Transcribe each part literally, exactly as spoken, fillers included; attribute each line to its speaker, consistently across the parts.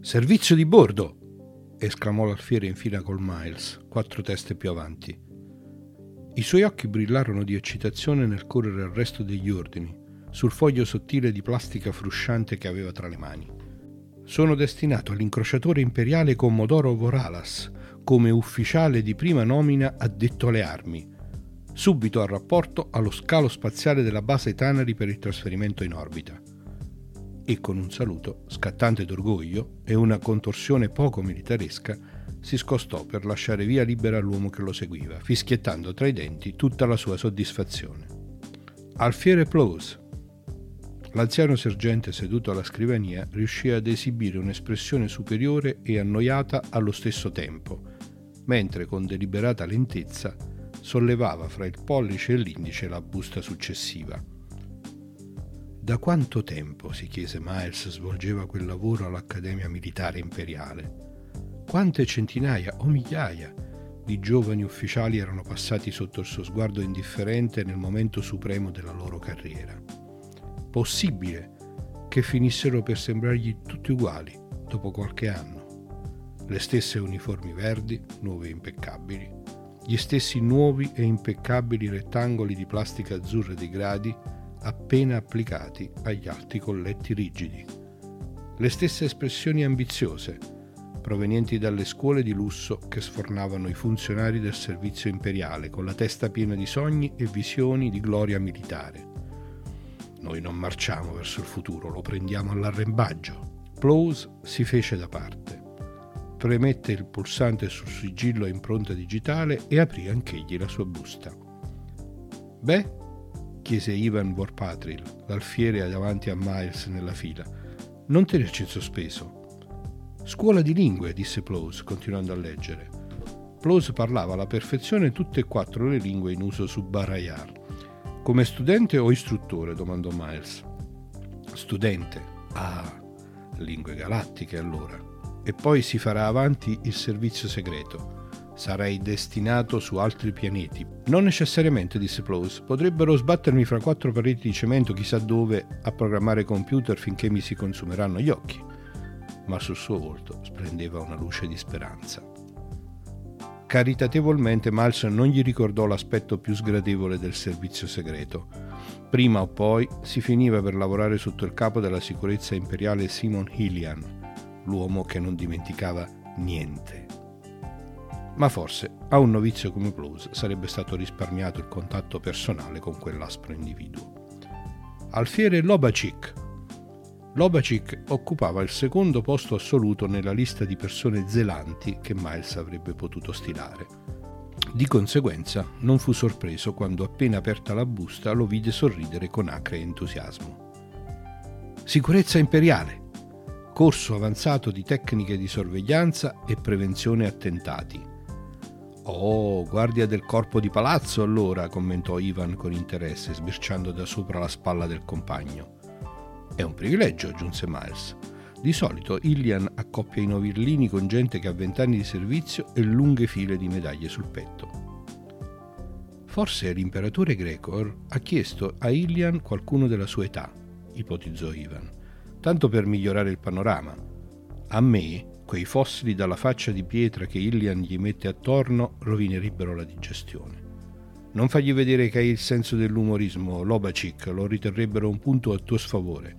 Speaker 1: «Servizio di bordo!» esclamò l'alfiere in fila col Miles, quattro teste più avanti. I suoi occhi brillarono di eccitazione nel correre al resto degli ordini, sul foglio sottile di plastica frusciante che aveva tra le mani. «Sono destinato all'incrociatore imperiale Commodoro Voralas, come ufficiale di prima nomina addetto alle armi. Subito al rapporto allo scalo spaziale della base Tanari per il trasferimento in orbita». E con un saluto scattante d'orgoglio e una contorsione poco militaresca si scostò per lasciare via libera all'uomo che lo seguiva, fischiettando tra i denti tutta la sua soddisfazione. «Alfiere Plowes». L'anziano sergente seduto alla scrivania riuscì ad esibire un'espressione superiore e annoiata allo stesso tempo, mentre con deliberata lentezza sollevava fra il pollice e l'indice la busta successiva. Da quanto tempo, si chiese Miles, svolgeva quel lavoro all'Accademia Militare Imperiale? Quante centinaia o migliaia di giovani ufficiali erano passati sotto il suo sguardo indifferente nel momento supremo della loro carriera? Possibile che finissero per sembrargli tutti uguali dopo qualche anno? Le stesse uniformi verdi, nuove e impeccabili, gli stessi nuovi e impeccabili rettangoli di plastica azzurra dei gradi appena applicati agli alti colletti rigidi, le stesse espressioni ambiziose provenienti dalle scuole di lusso che sfornavano i funzionari del servizio imperiale con la testa piena di sogni e visioni di gloria militare. Noi non marciamo verso il futuro, lo prendiamo all'arrembaggio. Plowes si fece da parte, premette il pulsante sul sigillo a impronta digitale e aprì anch'egli la sua busta. «Beh?» chiese Ivan Vorpatril, l'alfiere davanti a Miles nella fila. «Non tenerci in sospeso». «Scuola di lingue», disse Plowes, continuando a leggere. Plowes parlava alla perfezione tutte e quattro le lingue in uso su Barrayar. «Come studente o istruttore?» domandò Miles. «Studente». «Ah, lingue galattiche allora. E poi si farà avanti il servizio segreto. Sarei destinato su altri pianeti». «Non necessariamente», disse Plowes. «Potrebbero sbattermi fra quattro pareti di cemento chissà dove a programmare computer finché mi si consumeranno gli occhi». Ma sul suo volto splendeva una luce di speranza. Caritatevolmente Miles non gli ricordò l'aspetto più sgradevole del servizio segreto. Prima o poi si finiva per lavorare sotto il capo della sicurezza imperiale Simon Hillian, l'uomo che non dimenticava niente. Ma forse a un novizio come Plowes sarebbe stato risparmiato il contatto personale con quell'aspro individuo. Alfiere Lobacik. Lobacik occupava il secondo posto assoluto nella lista di persone zelanti che Miles avrebbe potuto stilare. Di conseguenza non fu sorpreso quando, appena aperta la busta, lo vide sorridere con acre entusiasmo. «Sicurezza imperiale! Corso avanzato di tecniche di sorveglianza e prevenzione attentati». «Oh, guardia del corpo di palazzo allora», commentò Ivan con interesse, sbirciando da sopra la spalla del compagno. «È un privilegio», aggiunse Miles. «Di solito Hillian accoppia i novillini con gente che ha vent'anni di servizio e lunghe file di medaglie sul petto». «Forse l'imperatore Gregor ha chiesto a Hillian qualcuno della sua età», ipotizzò Ivan, «tanto per migliorare il panorama. A me quei fossili dalla faccia di pietra che Hillian gli mette attorno rovinerebbero la digestione. Non fagli vedere che hai il senso dell'umorismo, Lobacik, lo riterrebbero un punto a tuo sfavore».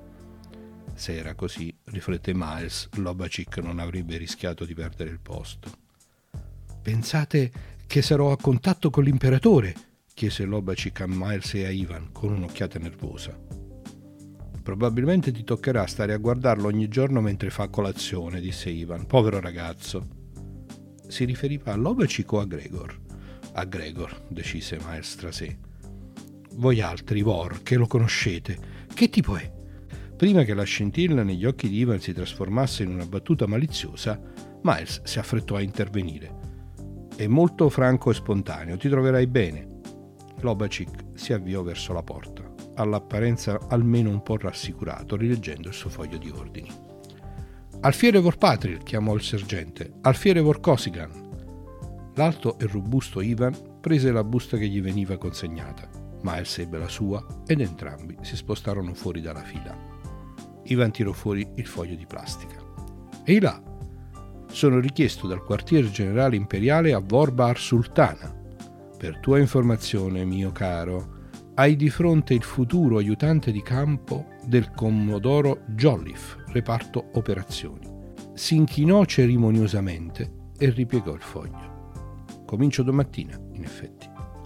Speaker 1: Se era così, riflette Miles, Lobacik non avrebbe rischiato di perdere il posto. «Pensate che sarò a contatto con l'imperatore?» chiese Lobacik a Miles e a Ivan con un'occhiata nervosa. «Probabilmente ti toccherà stare a guardarlo ogni giorno mentre fa colazione», disse Ivan. «Povero ragazzo». Si riferiva a Lobacik o a Gregor? «A Gregor», decise Miles tra sé. «Voi altri, Vor, che lo conoscete, che tipo è?» Prima che la scintilla negli occhi di Ivan si trasformasse in una battuta maliziosa, Miles si affrettò a intervenire. «È molto franco e spontaneo, ti troverai bene». Lobacik si avviò verso la porta, all'apparenza almeno un po' rassicurato, rileggendo il suo foglio di ordini. «Alfiere Vorpatril», chiamò il sergente. «Alfiere Vorkosigan». L'alto e robusto Ivan prese la busta che gli veniva consegnata. Miles ebbe la sua ed entrambi si spostarono fuori dalla fila. Ivan tirò fuori il foglio di plastica. Ehi là, sono richiesto dal quartier generale imperiale a Vorbar Sultana. Per tua informazione, mio caro, hai di fronte il futuro aiutante di campo del commodoro Jolliffe, reparto operazioni. Si inchinò cerimoniosamente e ripiegò il foglio. Comincio domattina, in effetti.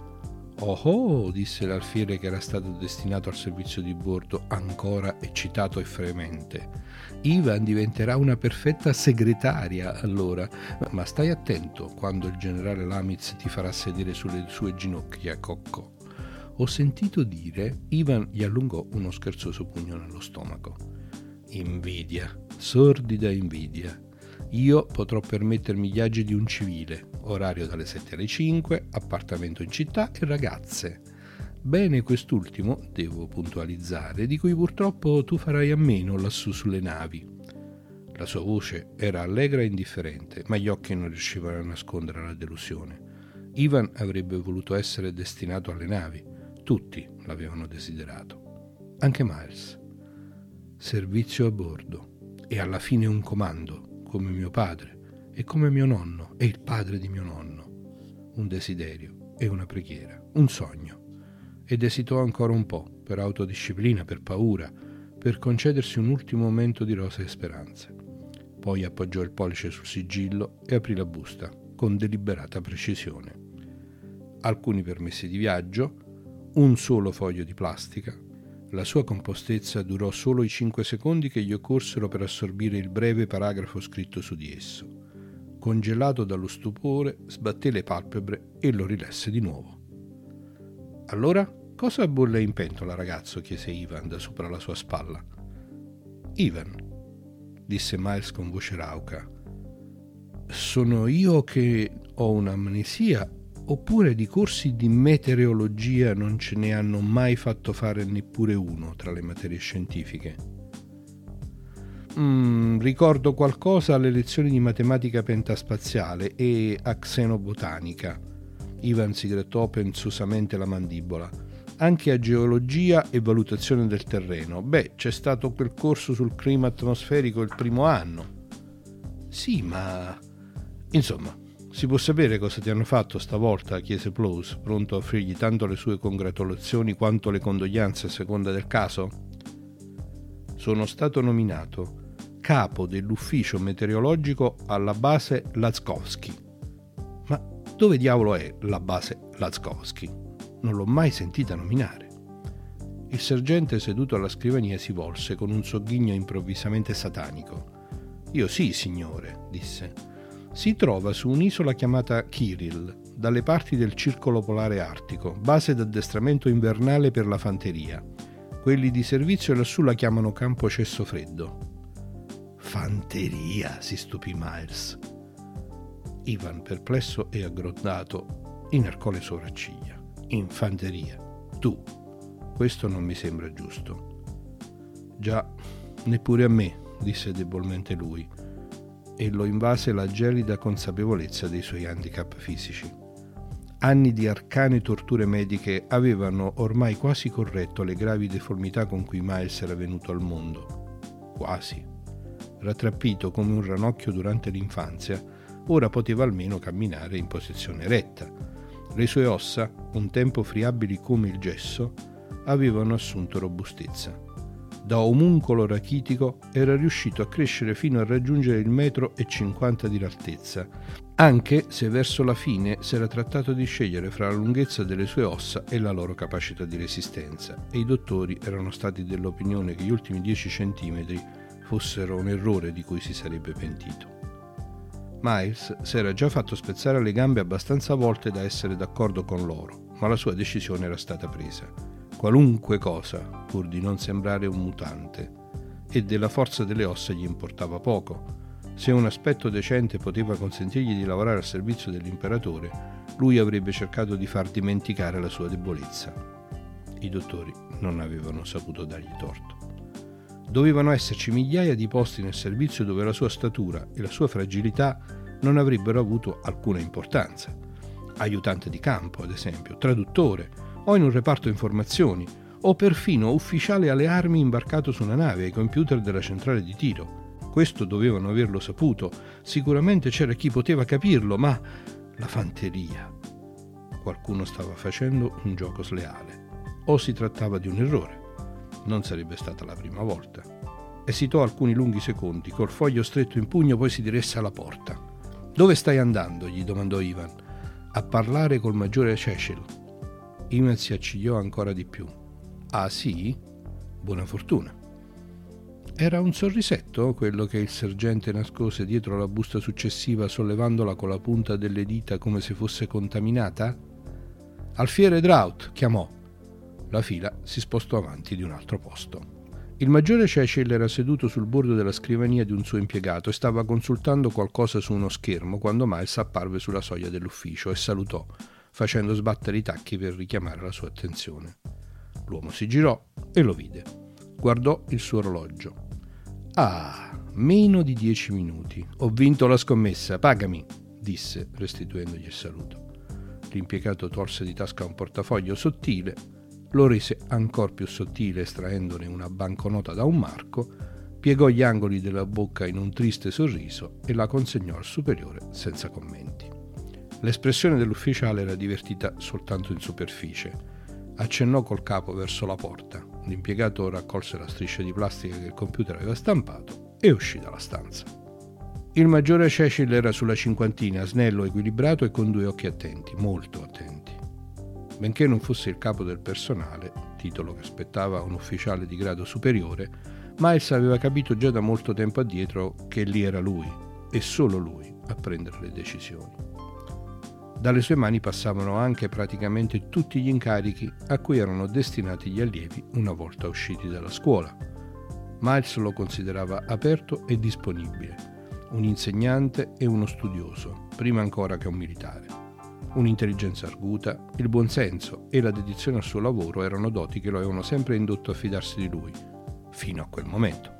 Speaker 1: Oh oh, disse l'alfiere che era stato destinato al servizio di bordo, ancora eccitato e fremente. Ivan diventerà una perfetta segretaria allora, ma stai attento quando il generale Lamitz ti farà sedere sulle sue ginocchia, Coccò. Ho sentito dire, Ivan gli allungò uno scherzoso pugno nello stomaco. Invidia, sordida invidia. Io potrò permettermi gli agi di un civile, orario dalle sette alle cinque, appartamento in città e ragazze. Bene quest'ultimo, devo puntualizzare, di cui purtroppo tu farai a meno lassù sulle navi. La sua voce era allegra e indifferente, ma gli occhi non riuscivano a nascondere la delusione. Ivan avrebbe voluto essere destinato alle navi. Tutti l'avevano desiderato. Anche Miles. Servizio a bordo. E alla fine un comando, come mio padre, e come mio nonno, e il padre di mio nonno. Un desiderio e una preghiera, un sogno. Ed esitò ancora un po', per autodisciplina, per paura, per concedersi un ultimo momento di rosee speranze. Poi appoggiò il pollice sul sigillo e aprì la busta, con deliberata precisione. Alcuni permessi di viaggio, un solo foglio di plastica. La sua compostezza durò solo i cinque secondi che gli occorsero per assorbire il breve paragrafo scritto su di esso. Congelato dallo stupore, sbatté le palpebre e lo rilesse di nuovo. Allora, cosa bolle in pentola, ragazzo? Chiese Ivan da sopra la sua spalla. Ivan, disse Miles con voce rauca, sono io che ho un'amnesia? Oppure di corsi di meteorologia non ce ne hanno mai fatto fare neppure uno tra le materie scientifiche? Mm, ricordo qualcosa alle lezioni di matematica pentaspaziale e a xenobotanica. Ivan si grattò pensosamente la mandibola. Anche a geologia e valutazione del terreno. Beh, c'è stato quel corso sul clima atmosferico il primo anno. Sì, ma... insomma... Si può sapere cosa ti hanno fatto stavolta? Chiese Plous, pronto a offrirgli tanto le sue congratulazioni quanto le condoglianze a seconda del caso. Sono stato nominato capo dell'ufficio meteorologico alla base Lazkowski. Ma dove diavolo è la base Lazkowski? Non l'ho mai sentita nominare. Il sergente seduto alla scrivania si volse con un sogghigno improvvisamente satanico. Io sì, signore, disse. Si trova su un'isola chiamata Kirill, dalle parti del circolo polare artico, base d'addestramento invernale per la fanteria. Quelli di servizio lassù la chiamano campo cesso freddo. Fanteria, si stupì Miles. Ivan, perplesso e aggrondato, inarcò le sopracciglia. Infanteria. Tu. Questo non mi sembra giusto. Già, neppure a me, disse debolmente lui, e lo invase la gelida consapevolezza dei suoi handicap fisici. Anni di arcane torture mediche avevano ormai quasi corretto le gravi deformità con cui Miles era venuto al mondo. Quasi. Rattrappito come un ranocchio durante l'infanzia, ora poteva almeno camminare in posizione retta. Le sue ossa, un tempo friabili come il gesso, avevano assunto robustezza. Da omuncolo rachitico era riuscito a crescere fino a raggiungere il metro e cinquanta di altezza, anche se verso la fine si era trattato di scegliere fra la lunghezza delle sue ossa e la loro capacità di resistenza, e i dottori erano stati dell'opinione che gli ultimi dieci centimetri fossero un errore di cui si sarebbe pentito. Miles si era già fatto spezzare le gambe abbastanza volte da essere d'accordo con loro, ma la sua decisione era stata presa. Qualunque cosa, pur di non sembrare un mutante, e della forza delle ossa gli importava poco. Se un aspetto decente poteva consentirgli di lavorare al servizio dell'imperatore, lui avrebbe cercato di far dimenticare la sua debolezza. I dottori non avevano saputo dargli torto. Dovevano esserci migliaia di posti nel servizio dove la sua statura e la sua fragilità non avrebbero avuto alcuna importanza. Aiutante di campo, ad esempio, traduttore, o in un reparto informazioni, o perfino ufficiale alle armi imbarcato su una nave ai computer della centrale di tiro. Questo dovevano averlo saputo. Sicuramente c'era chi poteva capirlo, ma la fanteria. Qualcuno stava facendo un gioco sleale. O si trattava di un errore. Non sarebbe stata la prima volta. Esitò alcuni lunghi secondi, col foglio stretto in pugno, poi si diresse alla porta. «Dove stai andando?» gli domandò Ivan. «A parlare col maggiore Cecil». Ivan si accigliò ancora di più. «Ah sì? Buona fortuna». Era un sorrisetto quello che il sergente nascose dietro la busta successiva, sollevandola con la punta delle dita come se fosse contaminata? «Alfiere Draut», chiamò. La fila si spostò avanti di un altro posto. Il maggiore Cecil era seduto sul bordo della scrivania di un suo impiegato e stava consultando qualcosa su uno schermo quando Miles apparve sulla soglia dell'ufficio e salutò, facendo sbattere i tacchi per richiamare la sua attenzione. L'uomo si girò e lo vide. Guardò il suo orologio. «Ah, meno di dieci minuti. Ho vinto la scommessa, pagami», disse, restituendogli il saluto. L'impiegato tolse di tasca un portafoglio sottile, lo rese ancor più sottile estraendone una banconota da un marco, piegò gli angoli della bocca in un triste sorriso e la consegnò al superiore senza commenti. L'espressione dell'ufficiale era divertita soltanto in superficie. Accennò col capo verso la porta. L'impiegato raccolse la striscia di plastica che il computer aveva stampato e uscì dalla stanza. Il maggiore Cecil era sulla cinquantina, snello, equilibrato e con due occhi attenti, molto attenti. Benché non fosse il capo del personale, titolo che spettava un ufficiale di grado superiore, Miles aveva capito già da molto tempo addietro che lì era lui, e solo lui, a prendere le decisioni. Dalle sue mani passavano anche praticamente tutti gli incarichi a cui erano destinati gli allievi una volta usciti dalla scuola. Miles lo considerava aperto e disponibile, un insegnante e uno studioso, prima ancora che un militare. Un'intelligenza arguta, il buonsenso e la dedizione al suo lavoro erano doti che lo avevano sempre indotto a fidarsi di lui, fino a quel momento.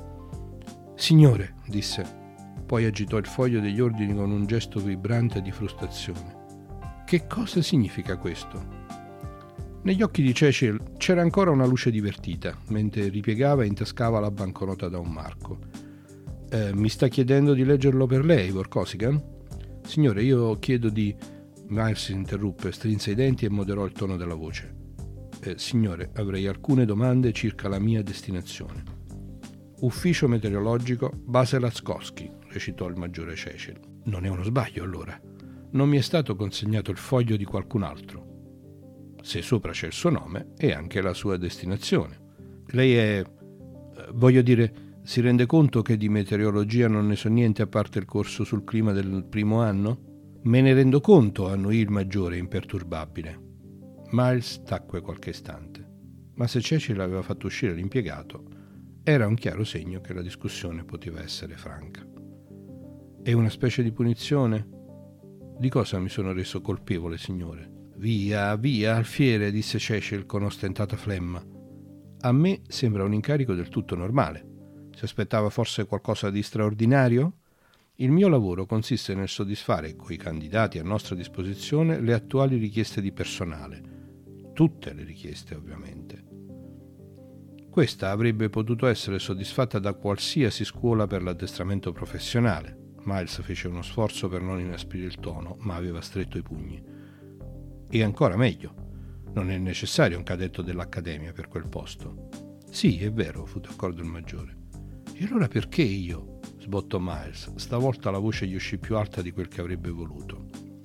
Speaker 1: «Signore», disse, poi agitò il foglio degli ordini con un gesto vibrante di frustrazione. «Che cosa significa questo?» Negli occhi di Cecil c'era ancora una luce divertita, mentre ripiegava e intascava la banconota da un marco. Eh, «Mi sta chiedendo di leggerlo per lei, Vorkosigan?» «Signore, io chiedo di...» Miles si interruppe, strinse i denti e moderò il tono della voce. Eh, «Signore, avrei alcune domande circa la mia destinazione». «Ufficio meteorologico, base Laskowski», recitò il maggiore Cecil. «Non è uno sbaglio, allora. Non mi è stato consegnato il foglio di qualcun altro. Se sopra c'è il suo nome e anche la sua destinazione. Lei è... voglio dire, si rende conto che di meteorologia non ne so niente a parte il corso sul clima del primo anno?» «Me ne rendo conto», annuì il maggiore imperturbabile. Miles tacque qualche istante, ma se Cecil aveva fatto uscire l'impiegato, era un chiaro segno che la discussione poteva essere franca. «È una specie di punizione?» «Di cosa mi sono reso colpevole, signore?» «Via, via, Alfiere», disse Cecil con ostentata flemma. «A me sembra un incarico del tutto normale. Si aspettava forse qualcosa di straordinario?» «Il mio lavoro consiste nel soddisfare coi candidati a nostra disposizione le attuali richieste di personale. Tutte le richieste, ovviamente. Questa avrebbe potuto essere soddisfatta da qualsiasi scuola per l'addestramento professionale». Miles fece uno sforzo per non inasprire il tono, ma aveva stretto i pugni. «E ancora meglio, non è necessario un cadetto dell'accademia per quel posto». «Sì, è vero», fu d'accordo il maggiore. «E allora perché io?» sbottò Miles. Stavolta la voce gli uscì più alta di quel che avrebbe voluto.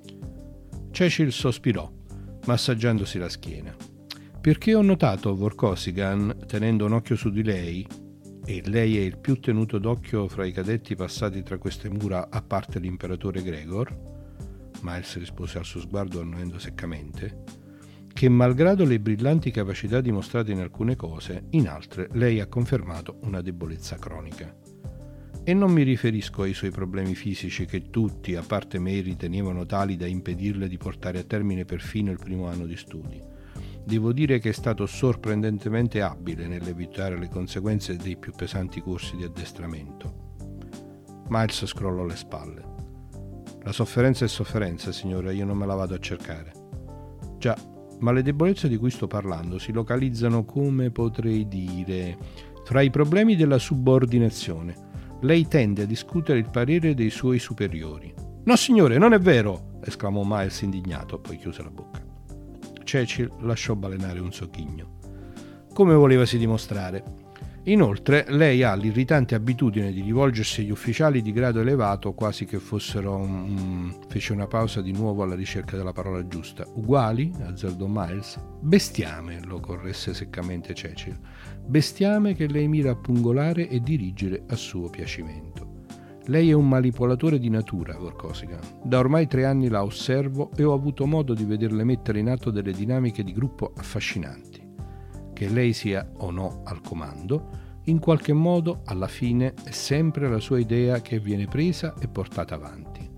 Speaker 1: Cecil sospirò, massaggiandosi la schiena. «Perché ho notato, Vorkosigan, tenendo un occhio su di lei, e lei è il più tenuto d'occhio fra i cadetti passati tra queste mura, a parte l'imperatore Gregor», Miles rispose al suo sguardo annuendo seccamente, «che malgrado le brillanti capacità dimostrate in alcune cose, in altre lei ha confermato una debolezza cronica. E non mi riferisco ai suoi problemi fisici che tutti, a parte me, ritenevano tali da impedirle di portare a termine perfino il primo anno di studi. Devo dire che è stato sorprendentemente abile nell'evitare le conseguenze dei più pesanti corsi di addestramento». Miles scrollò le spalle. «La sofferenza è sofferenza, signora, io non me la vado a cercare». «Già, ma le debolezze di cui sto parlando si localizzano, come potrei dire, fra i problemi della subordinazione. lei tende a discutere il parere dei suoi superiori. No signore, non è vero, esclamò Miles indignato, poi chiuse la bocca. Cecil lasciò balenare un sogghigno. Come volevasi dimostrare? Inoltre, lei ha l'irritante abitudine di rivolgersi agli ufficiali di grado elevato quasi che fossero... Um, fece una pausa di nuovo alla ricerca della parola giusta. Uguali? Azzardò Miles. Bestiame, lo corresse seccamente Cecil. Bestiame che lei mira a pungolare e dirigere a suo piacimento. Lei è un manipolatore di natura, Vorkosigan. Da ormai tre anni la osservo e ho avuto modo di vederle mettere in atto delle dinamiche di gruppo affascinanti. Che lei sia o no al comando, in qualche modo, alla fine, è sempre la sua idea che viene presa e portata avanti.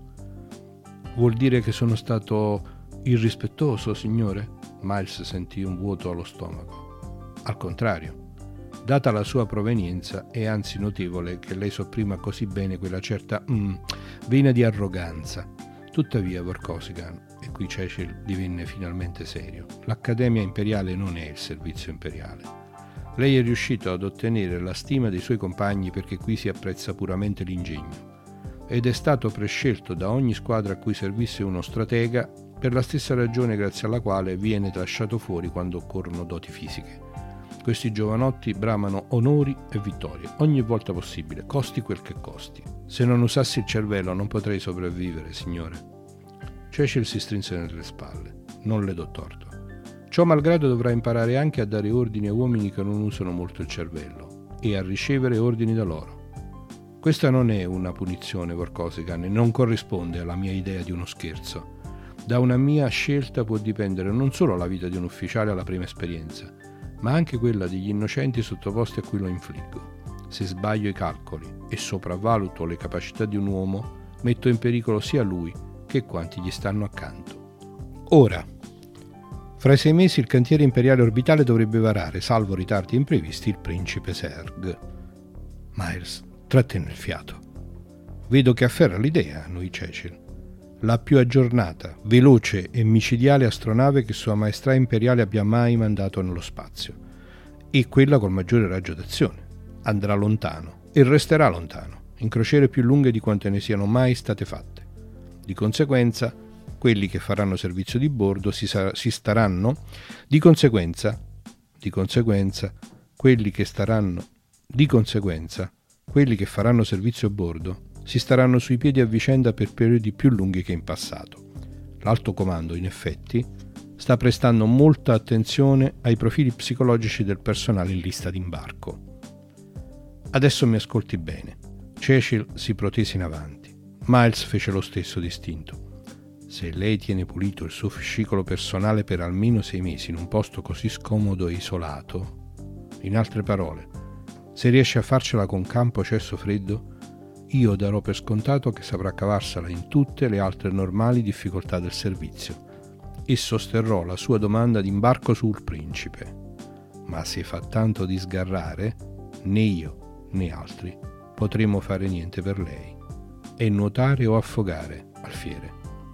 Speaker 1: Vuol dire che sono stato irrispettoso, signore? Miles sentì un vuoto allo stomaco. Al contrario. Data la sua provenienza, è anzi notevole che lei sopprima così bene quella certa mm, vena di arroganza. Tuttavia, Vorkosigan, e qui Cecil divenne finalmente serio, l'Accademia Imperiale non è il servizio imperiale. Lei è riuscito ad ottenere la stima dei suoi compagni perché qui si apprezza puramente l'ingegno, ed è stato prescelto da ogni squadra a cui servisse uno stratega per la stessa ragione grazie alla quale viene lasciato fuori quando occorrono doti fisiche. Questi giovanotti bramano onori e vittorie ogni volta possibile, costi quel che costi. Se non usassi il cervello non potrei sopravvivere, signore. Cecil si strinse nelle spalle. Non le do torto. Ciò malgrado dovrà imparare anche a dare ordini a uomini che non usano molto il cervello e a ricevere ordini da loro. Questa non è una punizione, Vorkosigan, e non corrisponde alla mia idea di uno scherzo. Da una mia scelta può dipendere non solo la vita di un ufficiale alla prima esperienza, ma anche quella degli innocenti sottoposti a cui lo infliggo. Se sbaglio i calcoli e sopravvaluto le capacità di un uomo, metto in pericolo sia lui che quanti gli stanno accanto. Ora, fra i sei mesi il cantiere imperiale orbitale dovrebbe varare, salvo ritardi imprevisti, il principe Zerg. Miles trattenne il fiato. Vedo che afferra l'idea, annuì Cecil. La più aggiornata, veloce e micidiale astronave che Sua Maestà Imperiale abbia mai mandato nello spazio. E quella col maggiore raggio d'azione. Andrà lontano e resterà lontano, in crociere più lunghe di quante ne siano mai state fatte. Di conseguenza, quelli che faranno servizio di bordo si, sa- si staranno, di conseguenza, di conseguenza, quelli che staranno, di conseguenza, quelli che faranno servizio a bordo si staranno sui piedi a vicenda per periodi più lunghi che in passato. L'alto comando, in effetti, sta prestando molta attenzione ai profili psicologici del personale in lista d'imbarco. Adesso mi ascolti bene. Cecil si protese in avanti. Miles fece lo stesso distinto. Se lei tiene pulito il suo fascicolo personale per almeno sei mesi in un posto così scomodo e isolato, in altre parole, se riesce a farcela con campo cesso freddo, io darò per scontato che saprà cavarsela in tutte le altre normali difficoltà del servizio e sosterrò la sua domanda d'imbarco sul principe. Ma se fa tanto di sgarrare, né io né altri potremo fare niente per lei. È nuotare o affogare, alfiere.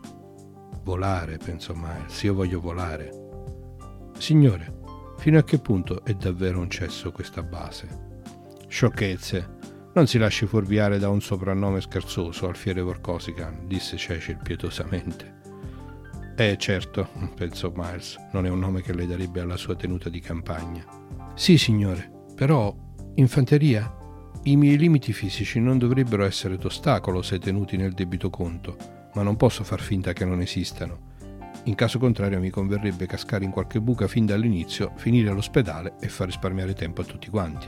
Speaker 1: Volare, pensò Miles, io voglio volare. Signore, fino a che punto è davvero un cesso questa base? Sciocchezze. Non si lasci fuorviare da un soprannome scherzoso, alfiere Vorkosigan, disse Cecil pietosamente. Eh, certo, pensò Miles, non è un nome che le darebbe alla sua tenuta di campagna. Sì, signore, però, infanteria? I miei limiti fisici non dovrebbero essere d'ostacolo se tenuti nel debito conto, ma non posso far finta che non esistano. In caso contrario mi converrebbe cascare in qualche buca fin dall'inizio, finire all'ospedale e far risparmiare tempo a tutti quanti.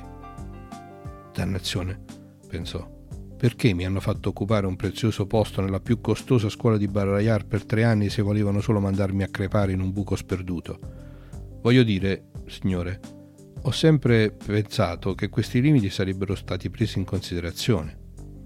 Speaker 1: Dannazione, pensò. Perché mi hanno fatto occupare un prezioso posto nella più costosa scuola di Barrayar per tre anni se volevano solo mandarmi a crepare in un buco sperduto? Voglio dire, signore, ho sempre pensato che questi limiti sarebbero stati presi in considerazione.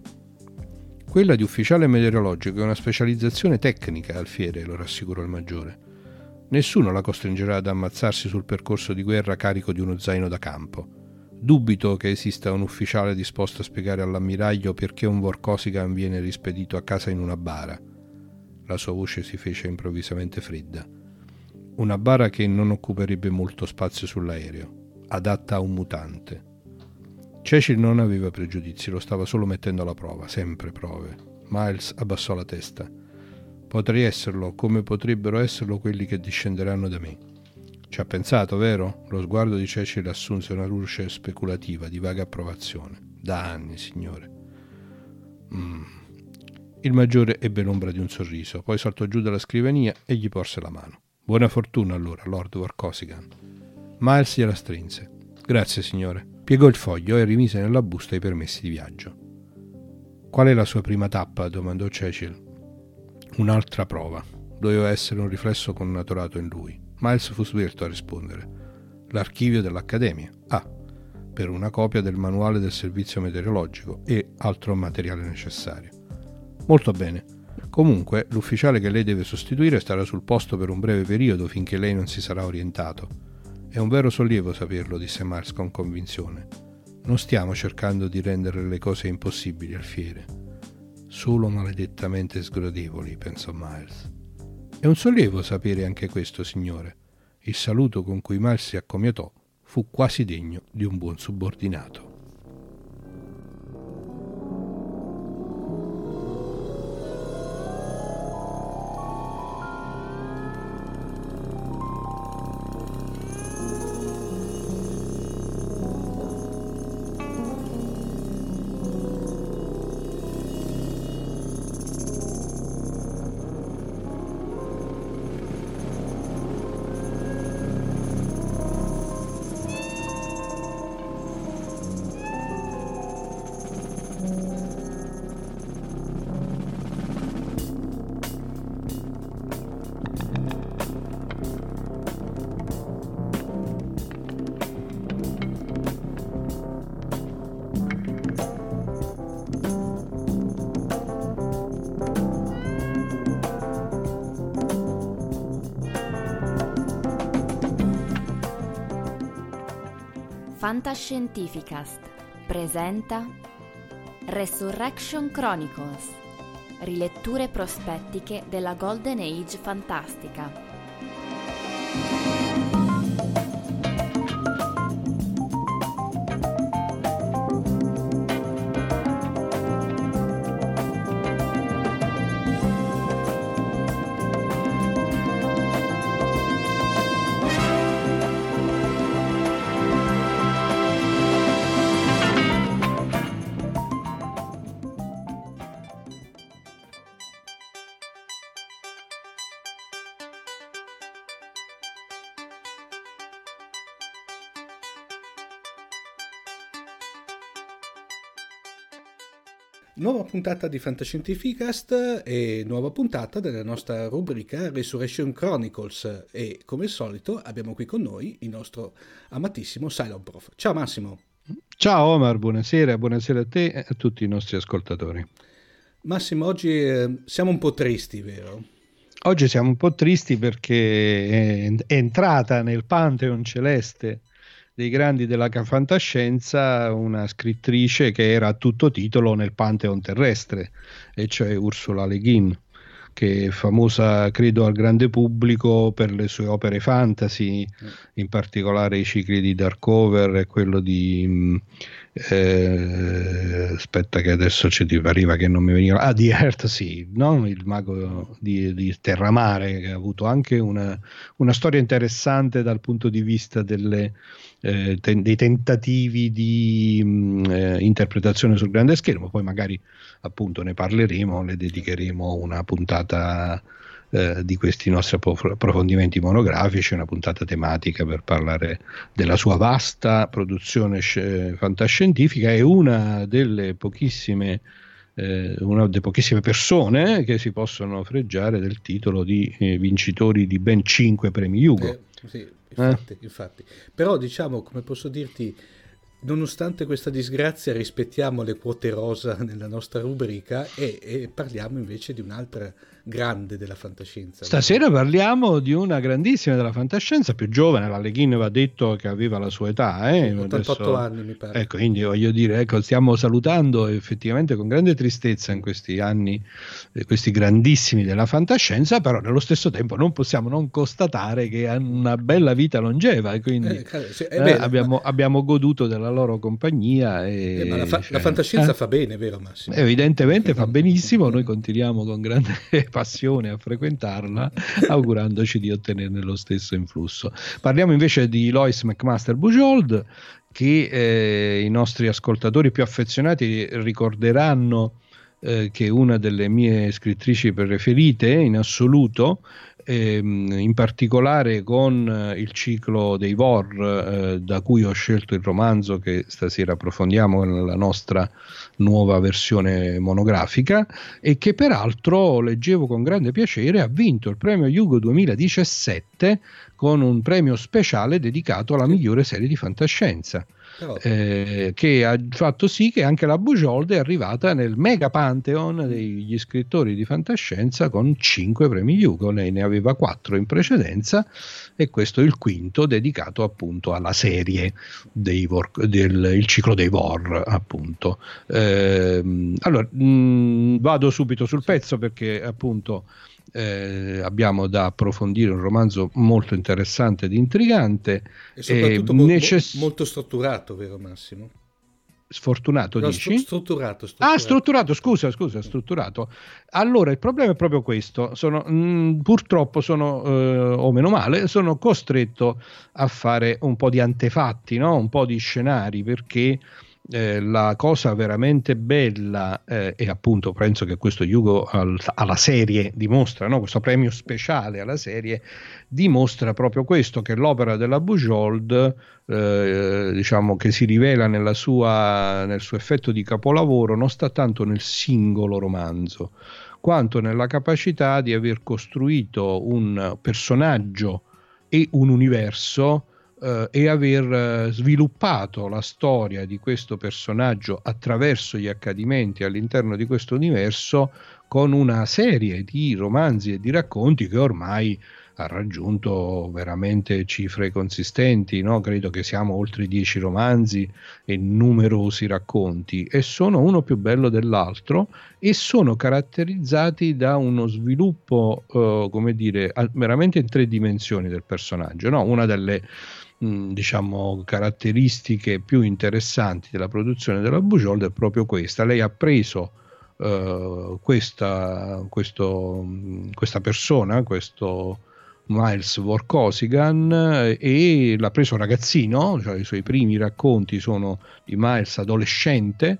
Speaker 1: Quella di ufficiale meteorologico è una specializzazione tecnica, alfiere, lo rassicurò il maggiore. Nessuno la costringerà ad ammazzarsi sul percorso di guerra carico di uno zaino da campo. Dubito che esista un ufficiale disposto a spiegare all'ammiraglio perché un Vorkosigan viene rispedito a casa in una bara. La sua voce si fece improvvisamente fredda. Una bara che non occuperebbe molto spazio sull'aereo, adatta a un mutante. Cecil non aveva pregiudizi, lo stava solo mettendo alla prova, sempre prove. Miles abbassò la testa. Potrei esserlo, come potrebbero esserlo quelli che discenderanno da me. Ci ha pensato, vero? Lo sguardo di Cecil assunse una luce speculativa, di vaga approvazione. Da anni, signore. Mm. Il maggiore ebbe l'ombra di un sorriso, poi saltò giù dalla scrivania e gli porse la mano. Buona fortuna allora, Lord Vorkosigan. Miles gliela strinse. Grazie, signore. Piegò il foglio e rimise nella busta i permessi di viaggio. Qual è la sua prima tappa? Domandò Cecil. Un'altra prova. Doveva essere un riflesso connaturato in lui. Miles fu svelto a rispondere. L'archivio dell'Accademia. Ah, per una copia del manuale del servizio meteorologico e altro materiale necessario. Molto bene. Comunque, l'ufficiale che lei deve sostituire starà sul posto per un breve periodo finché lei non si sarà orientato. È un vero sollievo saperlo, disse Miles con convinzione. Non stiamo cercando di rendere le cose impossibili, alfiere. Solo maledettamente sgradevoli, pensò Miles. È un sollievo sapere anche questo, signore. Il saluto con cui Miles si accomiatò fu quasi degno di un buon subordinato.
Speaker 2: Fantascientificast presenta Resurrection Chronicles, riletture prospettiche della Golden Age fantastica.
Speaker 3: Nuova puntata di Fantascientificast e nuova puntata della nostra rubrica Resurrection Chronicles e come al solito abbiamo qui con noi il nostro amatissimo Cylon Prof. Ciao Massimo.
Speaker 1: Ciao Omar, buonasera, buonasera a te e a tutti i nostri ascoltatori.
Speaker 3: Massimo, oggi eh, siamo un po' tristi, vero?
Speaker 1: Oggi siamo un po' tristi perché è, è entrata nel Pantheon celeste dei grandi della fantascienza una scrittrice che era a tutto titolo nel Pantheon terrestre, e cioè Ursula Le Guin, che è famosa credo al grande pubblico per le sue opere fantasy, in particolare i cicli di Darkover e quello di eh, aspetta che adesso ci arriva che non mi veniva ah di Earthsea, no? Il mago di, di Terramare, che ha avuto anche una, una storia interessante dal punto di vista delle Eh, ten- dei tentativi di mh, eh, interpretazione sul grande schermo. Poi magari appunto ne parleremo, le dedicheremo una puntata eh, di questi nostri approfondimenti monografici, una puntata tematica per parlare della sua vasta produzione sc- fantascientifica. È una delle pochissime eh, una delle pochissime persone che si possono fregiare del titolo di eh, vincitori di ben cinque premi Hugo.
Speaker 3: Eh, sì. Infatti, eh? infatti, però diciamo, come posso dirti, nonostante questa disgrazia rispettiamo le quote rosa nella nostra rubrica e, e parliamo invece di un'altra grande della fantascienza.
Speaker 1: Stasera no? Parliamo di una grandissima della fantascienza, più giovane. La Le Guin va detto che aveva la sua età, eh?
Speaker 3: ottantotto
Speaker 1: Adesso,
Speaker 3: anni mi pare.
Speaker 1: Ecco, quindi voglio dire, ecco, stiamo salutando effettivamente con grande tristezza in questi anni eh, questi grandissimi della fantascienza, però nello stesso tempo non possiamo non constatare che hanno una bella vita longeva e quindi
Speaker 3: eh, sì,
Speaker 1: eh, abbiamo, abbiamo goduto della loro compagnia. E,
Speaker 3: eh, ma la, fa-
Speaker 1: cioè,
Speaker 3: la fantascienza
Speaker 1: eh?
Speaker 3: fa bene, vero Massimo?
Speaker 1: Evidentemente fa benissimo, noi continuiamo con grande passione a frequentarla, augurandoci di ottenerne lo stesso influsso. Parliamo invece di Lois McMaster Bujold, che eh, i nostri ascoltatori più affezionati ricorderanno eh, che è una delle mie scrittrici preferite in assoluto, ehm, in particolare con eh, il ciclo dei Vor, eh, da cui ho scelto il romanzo che stasera approfondiamo nella nostra nuova versione monografica, e che peraltro leggevo con grande piacere. Ha vinto il premio Hugo duemiladiciassette con un premio speciale dedicato alla migliore serie di fantascienza. Eh, che ha fatto sì che anche la Bujold è arrivata nel mega pantheon degli scrittori di fantascienza con cinque premi Hugo. Lei ne aveva quattro in precedenza e questo è il quinto, dedicato appunto alla serie dei Vor, del il ciclo dei Vor, appunto. Eh, allora mh, vado subito sul pezzo perché appunto Eh, abbiamo da approfondire un romanzo molto interessante ed intrigante
Speaker 3: e soprattutto
Speaker 1: eh,
Speaker 3: mo-
Speaker 1: necess-
Speaker 3: molto strutturato, vero Massimo?
Speaker 1: Sfortunato,
Speaker 3: no,
Speaker 1: dici?
Speaker 3: Strutturato, strutturato.
Speaker 1: Ah, strutturato, scusa, scusa, strutturato. Allora, il problema è proprio questo. Sono, mh, purtroppo sono, eh, o meno male, sono costretto a fare un po' di antefatti, no? Un po' di scenari, perché Eh, la cosa veramente bella eh, e appunto penso che questo Hugo al, alla serie dimostra, no? Questo premio speciale alla serie dimostra proprio questo, che l'opera della Bujold eh, diciamo che si rivela nella sua, nel suo effetto di capolavoro non sta tanto nel singolo romanzo quanto nella capacità di aver costruito un personaggio e un universo Uh, e aver uh, sviluppato la storia di questo personaggio attraverso gli accadimenti all'interno di questo universo con una serie di romanzi e di racconti che ormai ha raggiunto veramente cifre consistenti, no? Credo che siamo oltre dieci romanzi e numerosi racconti, e sono uno più bello dell'altro e sono caratterizzati da uno sviluppo uh, come dire veramente in tre dimensioni del personaggio, no? Una delle diciamo caratteristiche più interessanti della produzione della Bujold è proprio questa. Lei ha preso uh, questa, questo, questa persona, questo Miles Vorkosigan, e l'ha preso ragazzino, cioè i suoi primi racconti sono di Miles adolescente,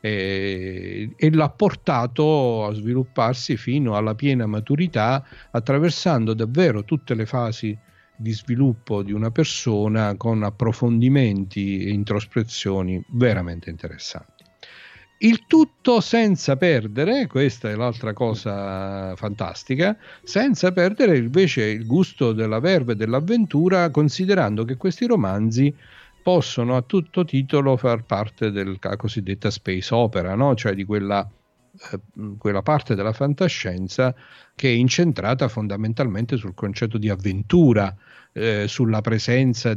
Speaker 1: e, e l'ha portato a svilupparsi fino alla piena maturità, attraversando davvero tutte le fasi di sviluppo di una persona con approfondimenti e introspezioni veramente interessanti. Il tutto senza perdere, questa è l'altra cosa fantastica, senza perdere invece il gusto della verve e dell'avventura, considerando che questi romanzi possono a tutto titolo far parte della cosiddetta space opera, no? Cioè di quella eh, quella parte della fantascienza che è incentrata fondamentalmente sul concetto di avventura, eh, sulla presenza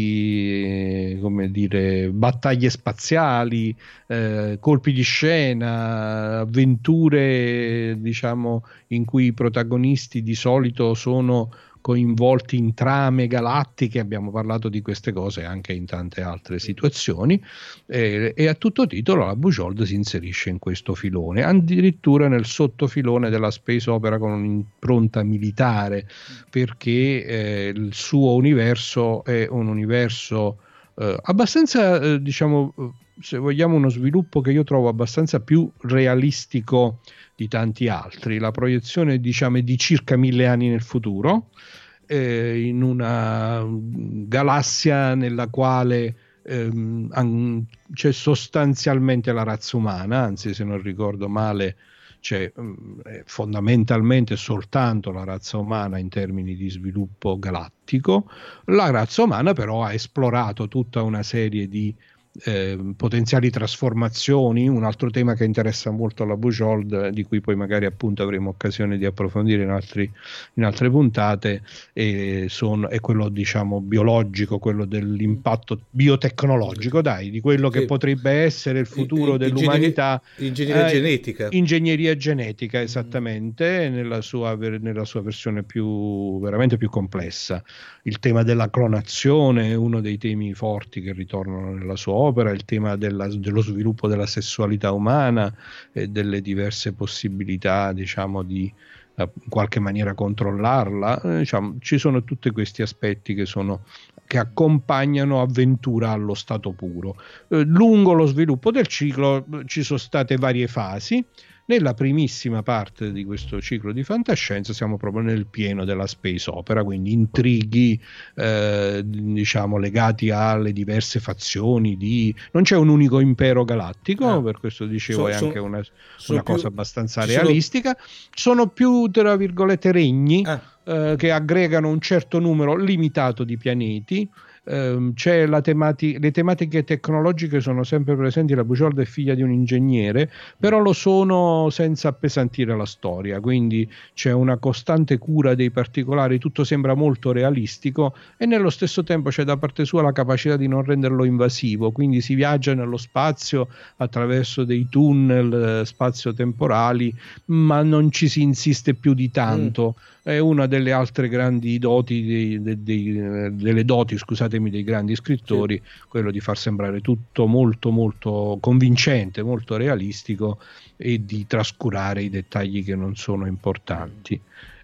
Speaker 1: di eh, come dire, battaglie spaziali, eh, colpi di scena, avventure diciamo in cui i protagonisti di solito sono coinvolti in trame galattiche. Abbiamo parlato di queste cose anche in tante altre situazioni, eh, e a tutto titolo la Bujold si inserisce in questo filone, addirittura nel sottofilone della space opera con un'impronta militare, perché eh, il suo universo è un universo eh, abbastanza eh, diciamo, se vogliamo, uno sviluppo che io trovo abbastanza più realistico di tanti altri. La proiezione diciamo di circa mille anni nel futuro, eh, in una galassia nella quale ehm, an- c'è sostanzialmente la razza umana, anzi se non ricordo male c'è eh, fondamentalmente soltanto la razza umana in termini di sviluppo galattico. La razza umana però ha esplorato tutta una serie di Eh, potenziali trasformazioni, un altro tema che interessa molto alla Bujold, di cui poi magari appunto avremo occasione di approfondire in, altri, in altre puntate, e sono, è quello diciamo biologico, quello dell'impatto biotecnologico, dai, di quello che sì. potrebbe essere il futuro in, dell'umanità.
Speaker 3: Ingegneria eh, genetica.
Speaker 1: Ingegneria genetica, esattamente, mm. nella, sua, nella sua versione più veramente più complessa. Il tema della clonazione è uno dei temi forti che ritornano nella sua opera, il tema della, dello sviluppo della sessualità umana e delle diverse possibilità, diciamo, di in qualche maniera controllarla, eh, diciamo, ci sono tutti questi aspetti che sono che accompagnano avventura allo stato puro. Eh, lungo lo sviluppo del ciclo ci sono state varie fasi. Nella primissima parte di questo ciclo di fantascienza siamo proprio nel pieno della space opera, quindi intrighi eh, diciamo legati alle diverse fazioni di... non c'è un unico impero galattico, ah, per questo dicevo so, è anche so, una, una cosa più, abbastanza realistica, sono... sono più tra virgolette regni ah. eh, che aggregano un certo numero limitato di pianeti. C'è la temati- le tematiche tecnologiche sono sempre presenti. La Bugiardo è figlia di un ingegnere, però lo sono senza appesantire la storia, quindi c'è una costante cura dei particolari, tutto sembra molto realistico e nello stesso tempo c'è da parte sua la capacità di non renderlo invasivo, quindi si viaggia nello spazio attraverso dei tunnel spazio-temporali, ma non ci si insiste più di tanto. Mm. È una delle altre grandi doti dei, dei, dei, delle doti, scusatemi, dei grandi scrittori, sì. Quello di far sembrare tutto molto molto convincente, molto realistico e di trascurare i dettagli che non sono importanti.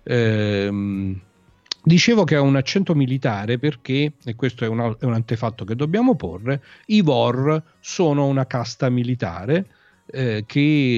Speaker 1: Ehm, dicevo che ha un accento militare perché, e questo è un, è un antefatto che dobbiamo porre, i Vor sono una casta militare Eh,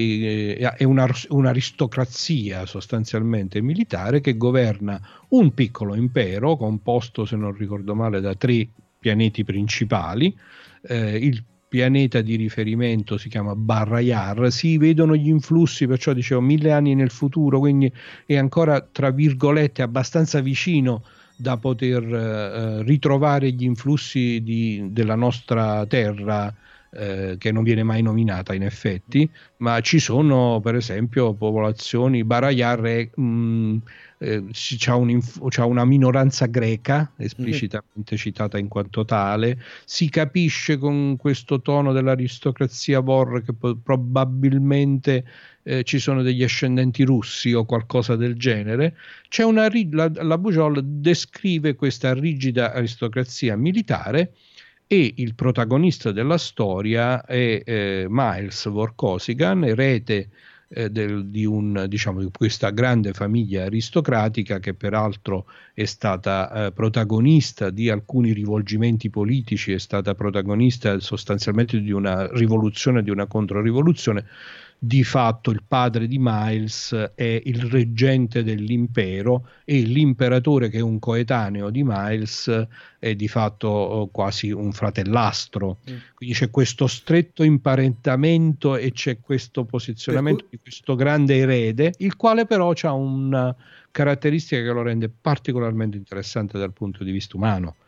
Speaker 1: che eh, è una, un'aristocrazia sostanzialmente militare che governa un piccolo impero composto, se non ricordo male, da tre pianeti principali. Eh, il pianeta di riferimento si chiama Barrayar, si vedono gli influssi, perciò dicevo mille anni nel futuro, quindi è ancora tra virgolette abbastanza vicino da poter eh, ritrovare gli influssi di, della nostra terra, Eh, che non viene mai nominata in effetti, ma ci sono per esempio popolazioni. Barayar è, mh, eh, c'ha, un, c'ha una minoranza greca esplicitamente mm-hmm. citata in quanto tale. Si capisce con questo tono dell'aristocrazia Vor che po- probabilmente eh, ci sono degli ascendenti russi o qualcosa del genere. C'è una la, la Bujold descrive questa rigida aristocrazia militare e il protagonista della storia è eh, Miles Vorkosigan, erede eh, del, di, un, diciamo, di questa grande famiglia aristocratica che peraltro è stata eh, protagonista di alcuni rivolgimenti politici, è stata protagonista sostanzialmente di una rivoluzione, di una controrivoluzione. Di fatto il padre di Miles è il reggente dell'impero e l'imperatore, che è un coetaneo di Miles, è di fatto quasi un fratellastro. Mm. Quindi c'è questo stretto imparentamento e c'è questo posizionamento cui... di questo grande erede, il quale però ha una caratteristica che lo rende particolarmente interessante dal punto di vista umano.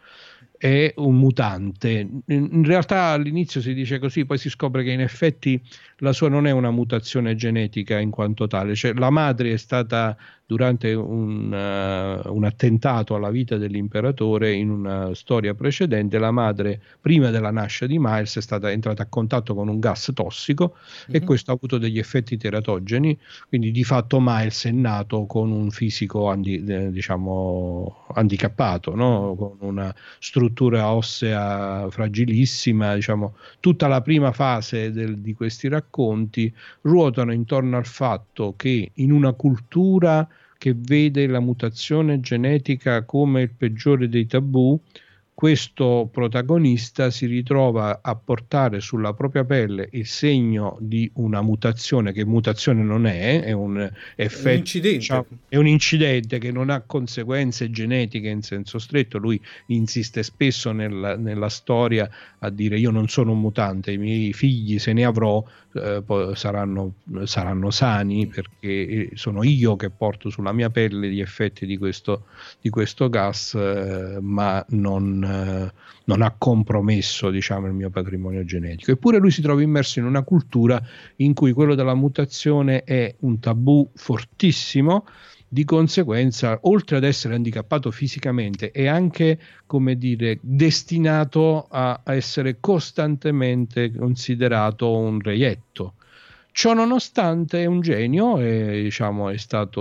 Speaker 1: È un mutante. In realtà all'inizio si dice così, poi si scopre che in effetti la sua non è una mutazione genetica in quanto tale, cioè la madre è stata durante un, uh, un attentato alla vita dell'imperatore in una storia precedente. La madre prima della nascita di Miles è stata entrata a contatto con un gas tossico mm-hmm. e questo ha avuto degli effetti teratogeni, quindi di fatto Miles è nato con un fisico handi, eh, diciamo handicappato, no? Con una struttura ossea fragilissima. Diciamo tutta la prima fase del, di questi racconti ruotano intorno al fatto che in una cultura che vede la mutazione genetica come il peggiore dei tabù, questo protagonista si ritrova a portare sulla propria pelle il segno di una mutazione, che mutazione non è, è un effetto,
Speaker 3: un incidente.
Speaker 1: Diciamo, è un incidente che non ha conseguenze genetiche in senso stretto. Lui insiste spesso nel, nella storia a dire: io non sono un mutante, i miei figli, se ne avrò, eh, saranno, saranno sani, perché sono io che porto sulla mia pelle gli effetti di questo, di questo gas, eh, ma non non ha compromesso, diciamo, il mio patrimonio genetico. Eppure lui si trova immerso in una cultura in cui quello della mutazione è un tabù fortissimo. Di conseguenza, oltre ad essere handicappato fisicamente, è anche, come dire, destinato a essere costantemente considerato un reietto. Ciò nonostante è un genio e, diciamo, è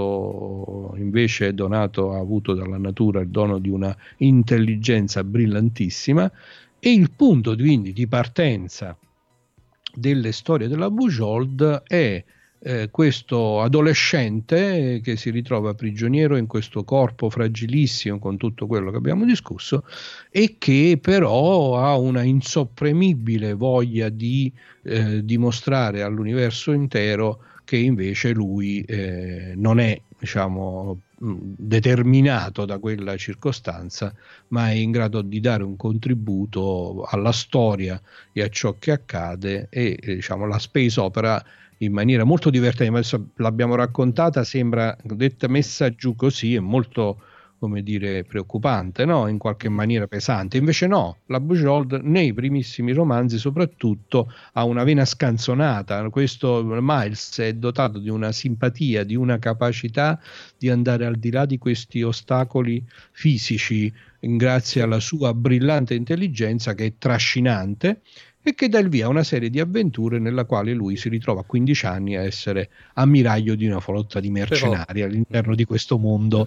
Speaker 1: stato invece donato, ha avuto dalla natura il dono di una intelligenza brillantissima E il punto quindi di partenza delle storie della Bujold è eh, questo adolescente che si ritrova prigioniero in questo corpo fragilissimo con tutto quello che abbiamo discusso e che però ha una insopprimibile voglia di eh, dimostrare all'universo intero che invece lui eh, non è, diciamo, determinato da quella circostanza, ma è in grado di dare un contributo alla storia e a ciò che accade. E diciamo la space opera in maniera molto divertente, ma adesso l'abbiamo raccontata, sembra detta messa giù così, è molto, come dire, preoccupante, no? In qualche maniera pesante. Invece no, la Bujold nei primissimi romanzi soprattutto ha una vena scanzonata. Questo Miles è dotato di una simpatia, di una capacità di andare al di là di questi ostacoli fisici, grazie alla sua brillante intelligenza che è trascinante e che dà il via a una serie di avventure nella quale lui si ritrova a quindici anni a essere ammiraglio di una flotta di mercenari Però... all'interno di questo mondo.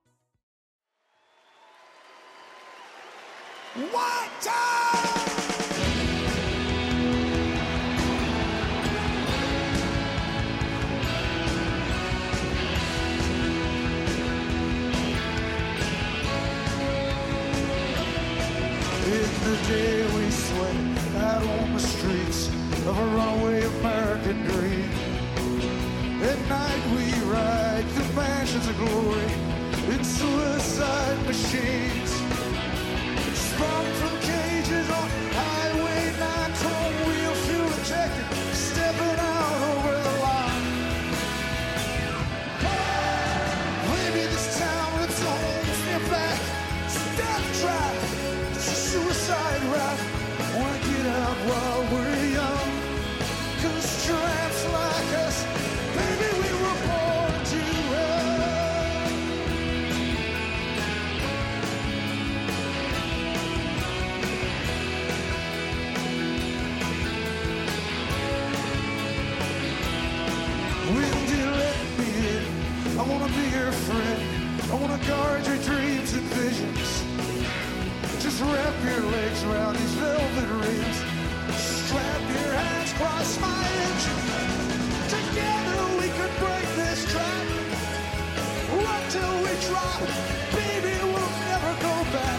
Speaker 4: Out on the streets of a runaway American dream. At night we ride through mansions of glory in suicide machines. Sprung from cages on Highway nine, torn wheel fuel injected, stepping out over the line. Maybe this town rips homes near back. It's a death trap, it's a suicide rap. Wanna get out while we're young, 'cause tramps like us, baby, we were born to run. Will you let me in? I wanna be your friend, I wanna guard your dreams and visions. Just wrap your legs around these velvet rings. Strap your hands across my engine. Together we could break this trap. Run till we drop. Baby, we'll never go back.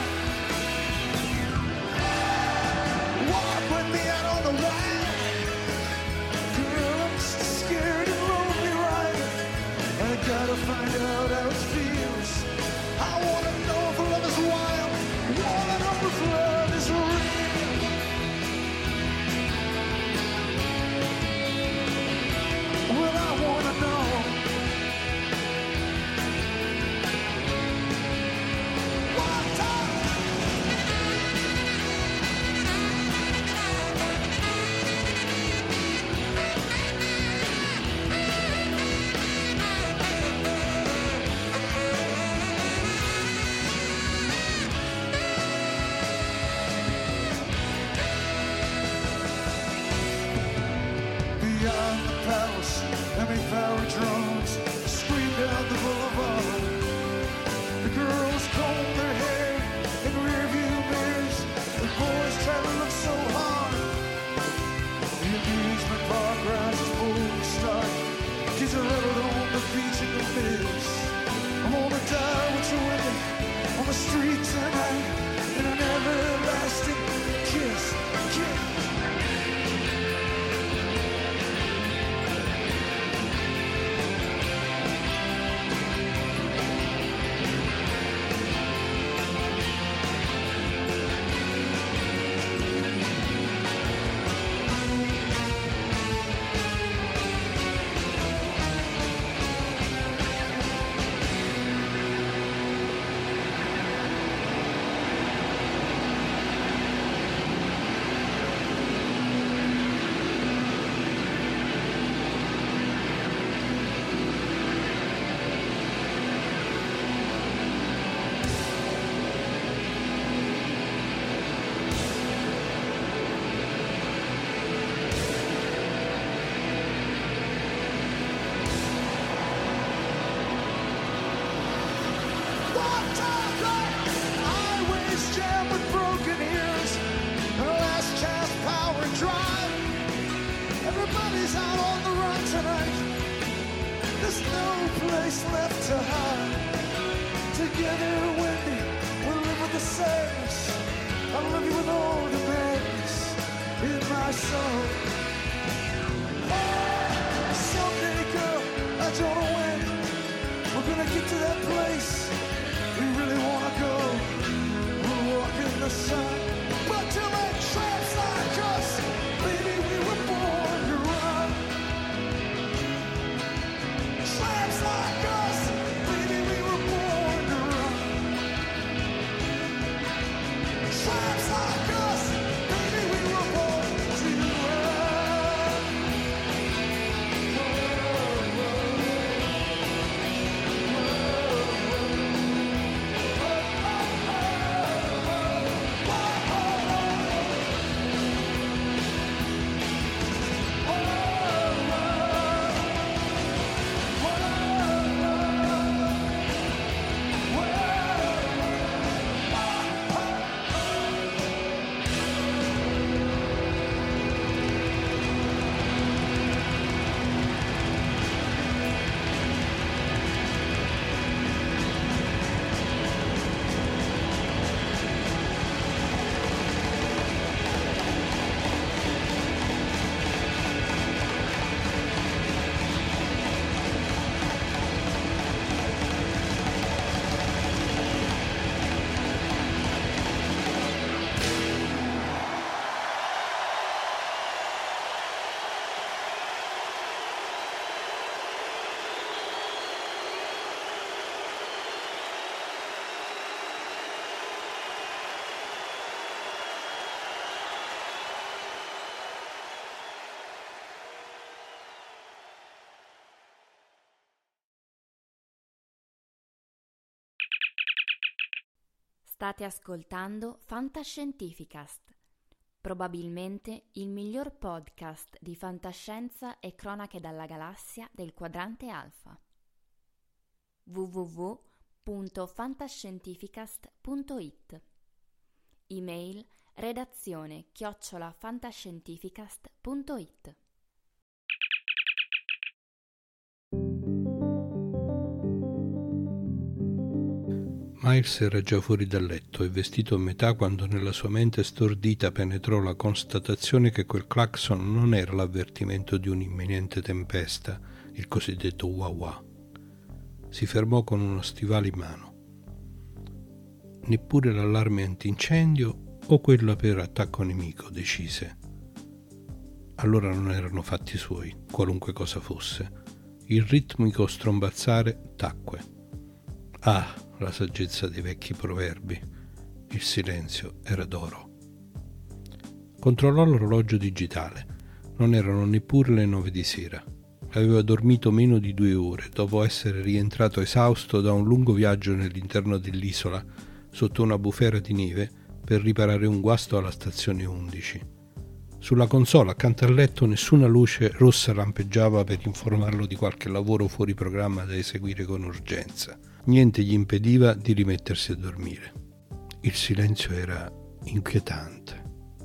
Speaker 4: Walk with me out on the wild. Girl, I'm scared and lonely riding. I gotta find out how it feels. I wanna know if love is wild. Wanna know if love is real. Well, I wanna know. One time. Beyond the palace, heavy-powered drones scream down the boulevard. The girls comb their hair in rearview mirrors. The boys try to look so hard. The amusement park rises full and start. Kids are huddled on the beach in the mist. I'm gonna die with you with me on the street tonight in an everlasting kiss, kiss. Everybody's out on the run tonight. There's no place left to hide. Together, Wendy, we'll live with the sadness. I love you with all the madness in my soul. Someday, girl, I don't know when we're gonna get to that place we really wanna go. We'll walk in the sun, but till then, tramps like us, baby, we were born to run. Tramps like us, baby, we were born to run. Tramps like us, baby, we were born to run.
Speaker 2: State ascoltando Fantascientificast, probabilmente il miglior podcast di fantascienza e cronache dalla galassia del quadrante alfa. w w w punto fantascientificast punto i t. Email redazione chiocciola fantascientificast punto i t.
Speaker 1: Miles era già fuori dal letto e vestito a metà quando nella sua mente stordita penetrò la constatazione che quel clacson non era l'avvertimento di un'imminente tempesta, il cosiddetto wah wah. Si fermò con uno stivale in mano. Neppure l'allarme antincendio o quello per attacco nemico, decise. Allora non erano fatti suoi, qualunque cosa fosse. Il ritmico strombazzare tacque. Ah, la saggezza dei vecchi proverbi. Il silenzio era d'oro. Controllò l'orologio digitale. Non erano neppure le nove di sera. Aveva dormito meno di due ore dopo essere rientrato esausto da un lungo viaggio nell'interno dell'isola sotto una bufera di neve per riparare un guasto alla stazione undici. Sulla console accanto al letto nessuna luce rossa lampeggiava per informarlo di qualche lavoro fuori programma da eseguire con urgenza. Niente gli impediva di rimettersi a dormire. Il silenzio era inquietante.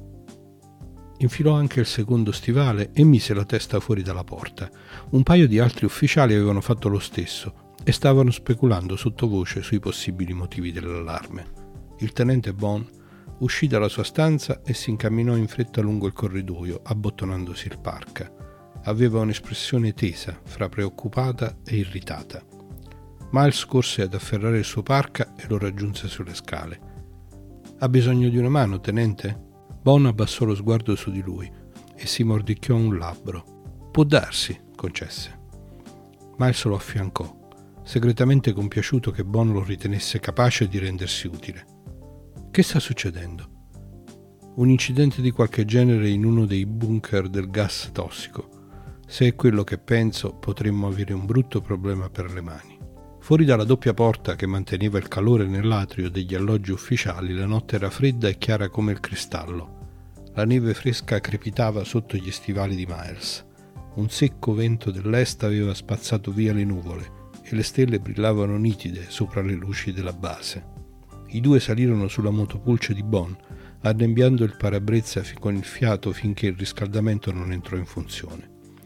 Speaker 1: Infilò anche il secondo stivale e mise la testa fuori dalla porta. Un paio di altri ufficiali avevano fatto lo stesso e stavano speculando sottovoce sui possibili motivi dell'allarme. Il tenente Bond uscì dalla sua stanza e si incamminò in fretta lungo il corridoio, abbottonandosi il parka. Aveva un'espressione tesa, fra preoccupata e irritata. Miles corse ad afferrare il suo parka e lo raggiunse sulle scale. «Ha bisogno di una mano, tenente?» Bond abbassò lo sguardo su di lui e si mordicchiò un labbro. «Può darsi», concesse. Miles lo affiancò, segretamente compiaciuto che Bond lo ritenesse capace di rendersi utile. «Che sta succedendo?» «Un incidente di qualche genere in uno dei bunker del gas tossico. Se è quello che penso, potremmo avere un brutto problema per le mani». Fuori dalla doppia porta che manteneva il calore nell'atrio degli alloggi ufficiali, la notte era fredda e chiara come il cristallo. La neve fresca crepitava sotto gli stivali di Miles. Un secco vento dell'est aveva spazzato via le nuvole e le stelle brillavano nitide sopra le luci della base. I due salirono sulla motopulce di Bond, annebbiando il parabrezza con il fiato finché il riscaldamento non entrò in funzione.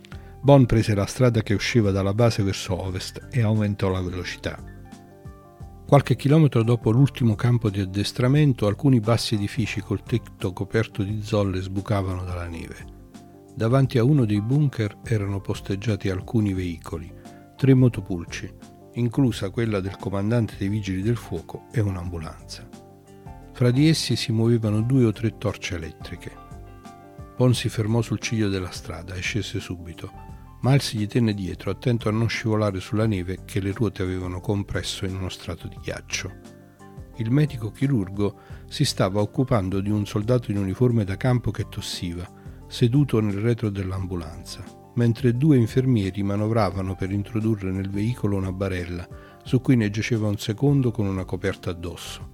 Speaker 1: Bond prese la strada che usciva dalla base verso ovest e aumentò la velocità. Qualche chilometro dopo l'ultimo campo di addestramento, alcuni bassi edifici col tetto coperto di zolle sbucavano dalla neve. Davanti a uno dei bunker erano posteggiati alcuni veicoli, tre motopulci, inclusa quella del comandante dei vigili del fuoco e un'ambulanza. Fra di essi si muovevano due o tre torce elettriche. Bond si fermò sul ciglio della strada e scese subito. Miles gli tenne dietro, attento a non scivolare sulla neve che le ruote avevano compresso in uno strato di ghiaccio. Il medico chirurgo si stava occupando di un soldato in uniforme da campo che tossiva, seduto nel retro dell'ambulanza, mentre due infermieri manovravano per introdurre nel veicolo una barella su cui ne giaceva un secondo con una coperta addosso.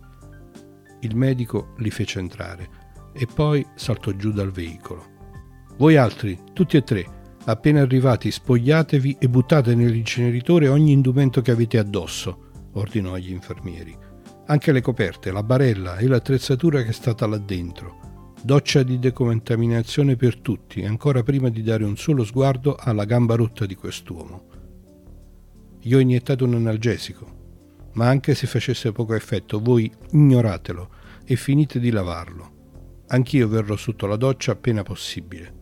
Speaker 1: Il medico li fece entrare e poi saltò giù dal veicolo. «Voi altri, tutti e tre, appena arrivati spogliatevi e buttate nell'inceneritore ogni indumento che avete addosso», ordinò agli infermieri. «Anche le coperte, la barella e l'attrezzatura che è stata là dentro. Doccia di decontaminazione per tutti, ancora prima di dare un solo sguardo alla gamba rotta di quest'uomo. Gli ho iniettato un analgesico, ma anche se facesse poco effetto, voi ignoratelo e finite di lavarlo. Anch'io verrò sotto la doccia appena possibile».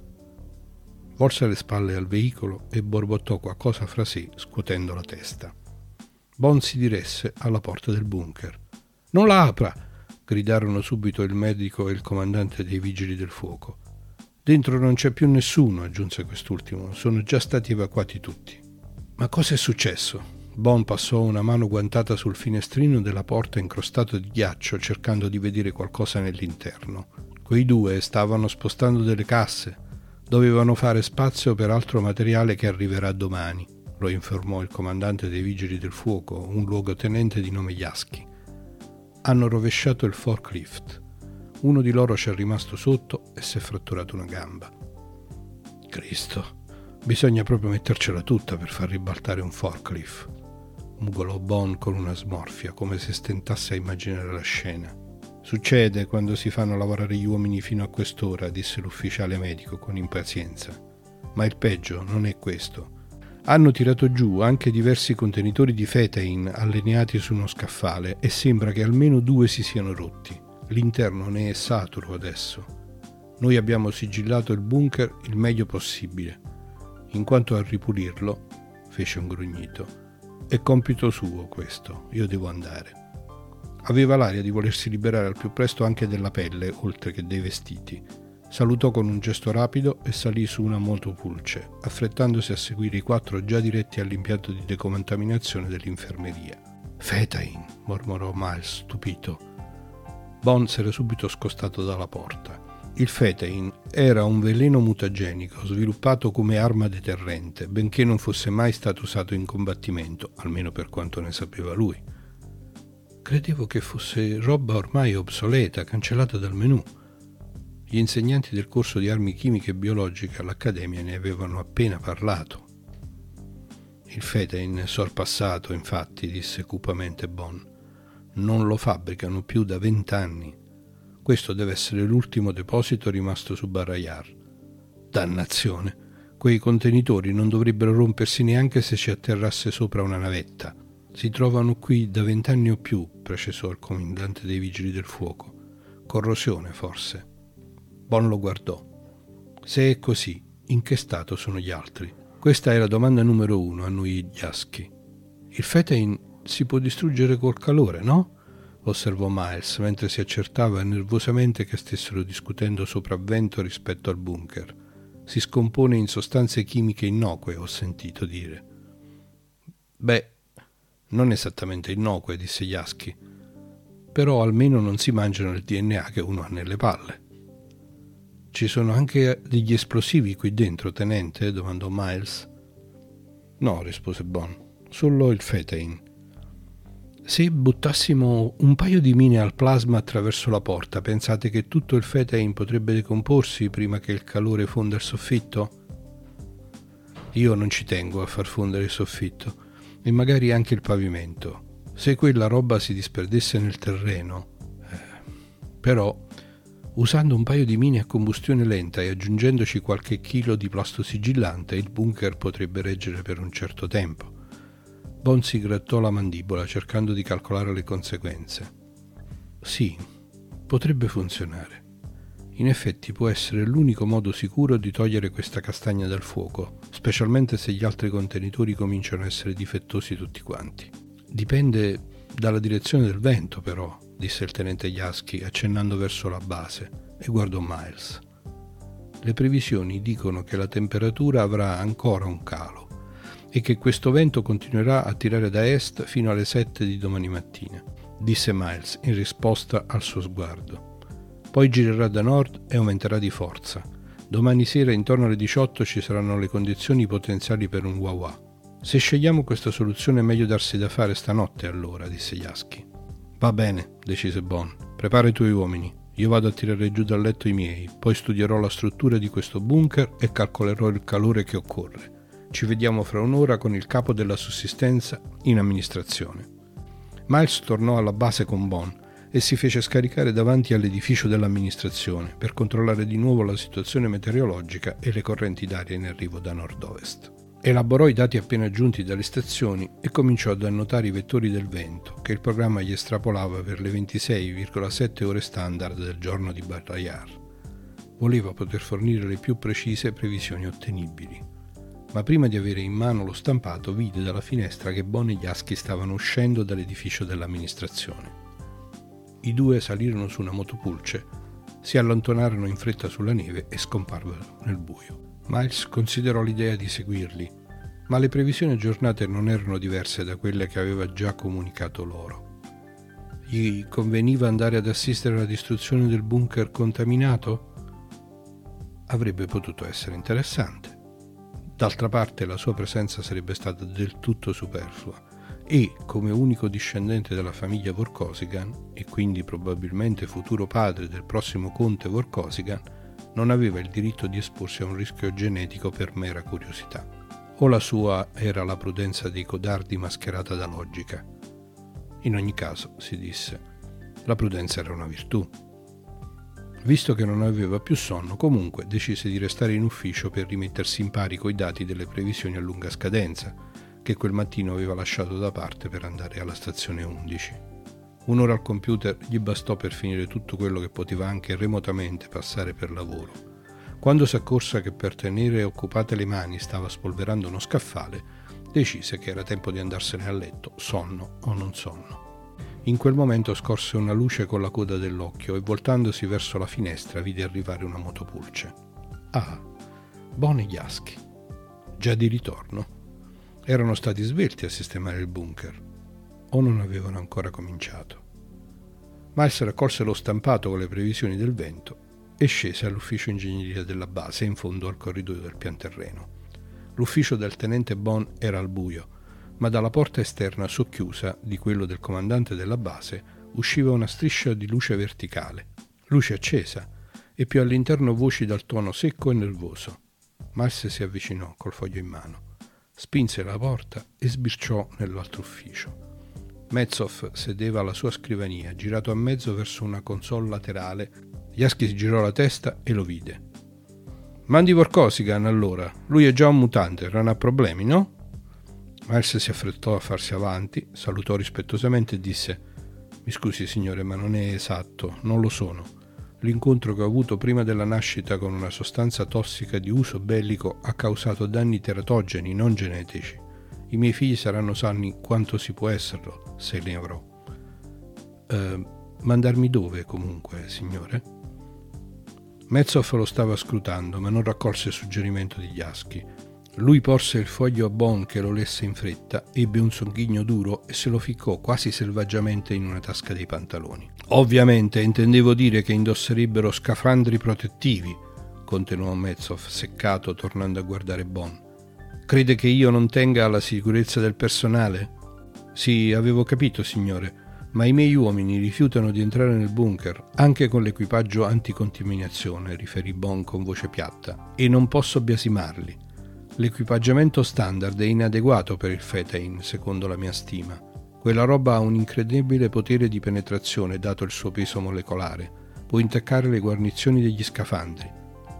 Speaker 1: Volse le spalle al veicolo e borbottò qualcosa fra sé, scuotendo la testa. Bond si diresse alla porta del bunker. «Non la apra!» gridarono subito il medico e il comandante dei vigili del fuoco. «Dentro non c'è più nessuno», aggiunse quest'ultimo. «Sono già stati evacuati tutti». «Ma cosa è successo?» Bond passò una mano guantata sul finestrino della porta incrostato di ghiaccio, cercando di vedere qualcosa nell'interno. Quei due stavano spostando delle casse. Dovevano fare spazio per altro materiale che arriverà domani, lo informò il comandante dei vigili del fuoco, un luogotenente di nome Jasky. Hanno rovesciato il forklift. Uno di loro ci è rimasto sotto e si è fratturato una gamba. «Cristo, bisogna proprio mettercela tutta per far ribaltare un forklift», mugolò Bond con una smorfia, come se stentasse a immaginare la scena. «Succede quando si fanno lavorare gli uomini fino a quest'ora», disse l'ufficiale medico con impazienza. «Ma il peggio non è questo. Hanno tirato giù anche diversi contenitori di Fetain allineati su uno scaffale e sembra che almeno due si siano rotti. L'interno ne è saturo adesso. Noi abbiamo sigillato il bunker il meglio possibile. In quanto a ripulirlo», fece un grugnito, «è compito suo questo, io devo andare». Aveva l'aria di volersi liberare al più presto anche della pelle, oltre che dei vestiti. Salutò con un gesto rapido e salì su una motopulce, affrettandosi a seguire i quattro già diretti all'impianto di decontaminazione dell'infermeria. «Fetain», mormorò Miles, stupito. Bond s'era subito scostato dalla porta. Il Fetain era un veleno mutagenico sviluppato come arma deterrente, benché non fosse mai stato usato in combattimento, almeno per quanto ne sapeva lui. «Credevo che fosse roba ormai obsoleta, cancellata dal menù». Gli insegnanti del corso di armi chimiche e biologiche all'Accademia ne avevano appena parlato. «Il Fetain è sorpassato, infatti», disse cupamente Bond. «Non lo fabbricano più da vent'anni. Questo deve essere l'ultimo deposito rimasto su Barra Yar. Dannazione! Quei contenitori non dovrebbero rompersi neanche se ci atterrasse sopra una navetta. Si trovano qui da vent'anni o più», precesò il comandante dei vigili del fuoco. «Corrosione, forse». Bond lo guardò. «Se è così, in che stato sono gli altri?» «Questa è la domanda numero uno», annuì Jasky. «Il Fetain si può distruggere col calore, no?» osservò Miles, mentre si accertava nervosamente che stessero discutendo sopravvento rispetto al bunker. «Si scompone in sostanze chimiche innocue, ho sentito dire». «Beh, non esattamente innocue», disse Jasky. «Però almeno non si mangiano il D N A che uno ha nelle palle». «Ci sono anche degli esplosivi qui dentro, tenente?» domandò Miles. «No», rispose Bond, «solo il Fetain». «Se buttassimo un paio di mine al plasma attraverso la porta, pensate che tutto il Fetain potrebbe decomporsi prima che il calore fonda il soffitto?» «Io non ci tengo a far fondere il soffitto, e magari anche il pavimento. Se quella roba si disperdesse nel terreno... Eh, però... Usando un paio di mine a combustione lenta e aggiungendoci qualche chilo di plastosigillante, il bunker potrebbe reggere per un certo tempo. Bond si grattò la mandibola cercando di calcolare le conseguenze. Sì, potrebbe funzionare. In effetti può essere l'unico modo sicuro di togliere questa castagna dal fuoco, specialmente se gli altri contenitori cominciano a essere difettosi tutti quanti. Dipende dalla direzione del vento, però, disse il tenente Jasky accennando verso la base e guardò Miles. Le previsioni dicono che la temperatura avrà ancora un calo e che questo vento continuerà a tirare da est fino alle sette di domani mattina, disse Miles in risposta al suo sguardo. Poi girerà da nord e aumenterà di forza. Domani sera intorno alle diciotto ci saranno le condizioni potenziali per un wah-wah. Se scegliamo questa soluzione è meglio darsi da fare stanotte allora, disse Jasky. Va bene, decise Bond. Prepara i tuoi uomini. Io vado a tirare giù dal letto i miei, poi studierò la struttura di questo bunker e calcolerò il calore che occorre. Ci vediamo fra un'ora con il capo della sussistenza in amministrazione. Miles tornò alla base con Bond e si fece scaricare davanti all'edificio dell'amministrazione per controllare di nuovo la situazione meteorologica e le correnti d'aria in arrivo da nord-ovest. Elaborò i dati appena giunti dalle stazioni e cominciò ad annotare i vettori del vento che il programma gli estrapolava per le ventisei virgola sette ore standard del giorno di Barrayar. Voleva poter fornire le più precise previsioni ottenibili. Ma prima di avere in mano lo stampato vide dalla finestra che Bond e Jasky stavano uscendo dall'edificio dell'amministrazione. I due salirono su una motopulce, si allontanarono in fretta sulla neve e scomparvero nel buio. Miles considerò l'idea di seguirli, ma le previsioni aggiornate non erano diverse da quelle che aveva già comunicato loro. Gli conveniva andare ad assistere alla distruzione del bunker contaminato? Avrebbe potuto essere interessante. D'altra parte la sua presenza sarebbe stata del tutto superflua e, come unico discendente della famiglia Vorkosigan, e quindi probabilmente futuro padre del prossimo conte Vorkosigan, non aveva il diritto di esporsi a un rischio genetico per mera curiosità. O la sua era la prudenza dei codardi mascherata da logica. In ogni caso, si disse, la prudenza era una virtù. Visto che non aveva più sonno, comunque decise di restare in ufficio per rimettersi in pari coi dati delle previsioni a lunga scadenza, che quel mattino aveva lasciato da parte per andare alla stazione undici. Un'ora al computer gli bastò per finire tutto quello che poteva anche remotamente passare per lavoro. Quando si accorse che per tenere occupate le mani stava spolverando uno scaffale, decise che era tempo di andarsene a letto, sonno o non sonno. In quel momento scorse una luce con la coda dell'occhio e voltandosi verso la finestra vide arrivare una motopulce. Ah, Bond e Jasky. Già di ritorno. Erano stati svelti a sistemare il bunker, o non avevano ancora cominciato. Miles raccolse lo stampato con le previsioni del vento e scese all'ufficio ingegneria della base in fondo al corridoio del pian terreno. L'ufficio del tenente Bond era al buio, ma dalla porta esterna socchiusa di quello del comandante della base usciva una striscia di luce verticale, luce accesa, e più all'interno voci dal tono secco e nervoso. Miles si avvicinò col foglio in mano. Spinse la porta e sbirciò nell'altro ufficio. Mezzoff sedeva alla sua scrivania, girato a mezzo verso una console laterale. Jasky si girò la testa e lo vide. «Mandi Vorkosigan, allora. Lui è già un mutante, non ha problemi, no?» Miles si affrettò a farsi avanti, salutò rispettosamente e disse: «Mi scusi, signore, ma non è esatto, non lo sono. L'incontro che ho avuto prima della nascita con una sostanza tossica di uso bellico ha causato danni teratogeni, non genetici. I miei figli saranno sani quanto si può esserlo, se ne avrò. Eh, mandarmi dove, comunque, signore?» Mezzoff lo stava scrutando, ma non raccolse il suggerimento di Jasky. Lui porse il foglio a Bond, che lo lesse in fretta, ebbe un songhigno duro e se lo ficcò quasi selvaggiamente in una tasca dei pantaloni. «Ovviamente intendevo dire che indosserebbero scafandri protettivi», continuò Mezzoff seccato, tornando a guardare Bond. «Crede che io non tenga alla sicurezza del personale?» «Sì, avevo capito, signore, ma i miei uomini rifiutano di entrare nel bunker, anche con l'equipaggio anticontaminazione», riferì Bond con voce piatta, «e non posso biasimarli. L'equipaggiamento standard è inadeguato per il Fetain, secondo la mia stima. Quella roba ha un incredibile potere di penetrazione dato il suo peso molecolare, può intaccare le guarnizioni degli scafandri.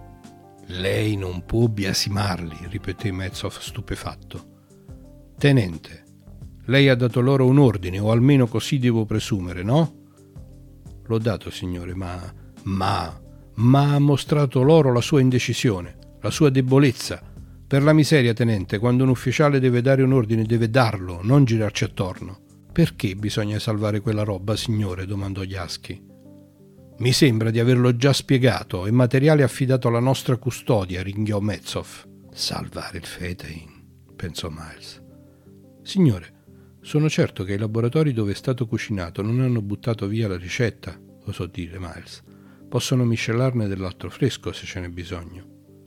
Speaker 1: Lei non può biasimarli, ripeté Mezzoff stupefatto. Tenente, lei ha dato loro un ordine, o almeno così devo presumere, no? L'ho dato, signore, ma... ma... ma ha mostrato loro la sua indecisione, la sua debolezza. Per la miseria, tenente, quando un ufficiale deve dare un ordine deve darlo, non girarci attorno. Perché bisogna salvare quella roba, signore? Domandò Jasky. Mi sembra di averlo già spiegato, è materiale affidato alla nostra custodia, ringhiò Mezzoff. Salvare il Fetain, pensò Miles. Signore, sono certo che i laboratori dove è stato cucinato non hanno buttato via la ricetta, osò dire Miles. Possono miscelarne dell'altro fresco se ce n'è bisogno.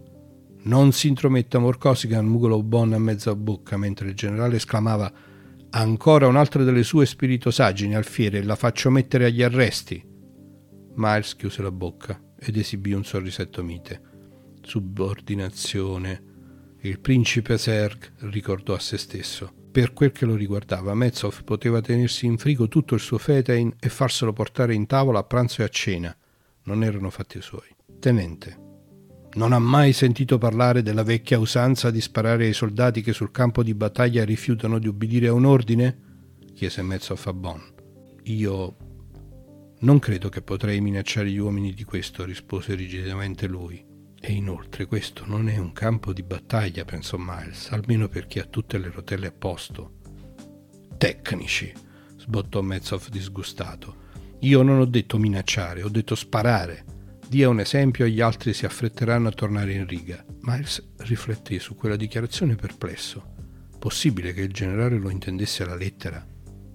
Speaker 1: Non si intrometta, Morcosigan, mugolò Bon a mezza bocca mentre il generale esclamava: ancora un'altra delle sue spiritosaggini, alfiere, e la faccio mettere agli arresti. Miles chiuse la bocca ed esibì un sorrisetto mite. Subordinazione. Il principe Zerg, ricordò a se stesso. Per quel che lo riguardava, Mezzoff poteva tenersi in frigo tutto il suo Fetain e farselo portare in tavola a pranzo e a cena. Non erano fatti suoi. Tenente, non ha mai sentito parlare della vecchia usanza di sparare ai soldati che sul campo di battaglia rifiutano di obbedire a un ordine? Chiese Mezzoff a Bon. Io non credo che potrei minacciare gli uomini di questo, rispose rigidamente lui. E inoltre questo non è un campo di battaglia, pensò Miles, almeno per chi ha tutte le rotelle a posto. Tecnici, sbottò Mezzoff disgustato. Io non ho detto minacciare, ho detto sparare. Dia un esempio e gli altri si affretteranno a tornare in riga. Miles rifletté su quella dichiarazione perplesso. Possibile che il generale lo intendesse alla lettera?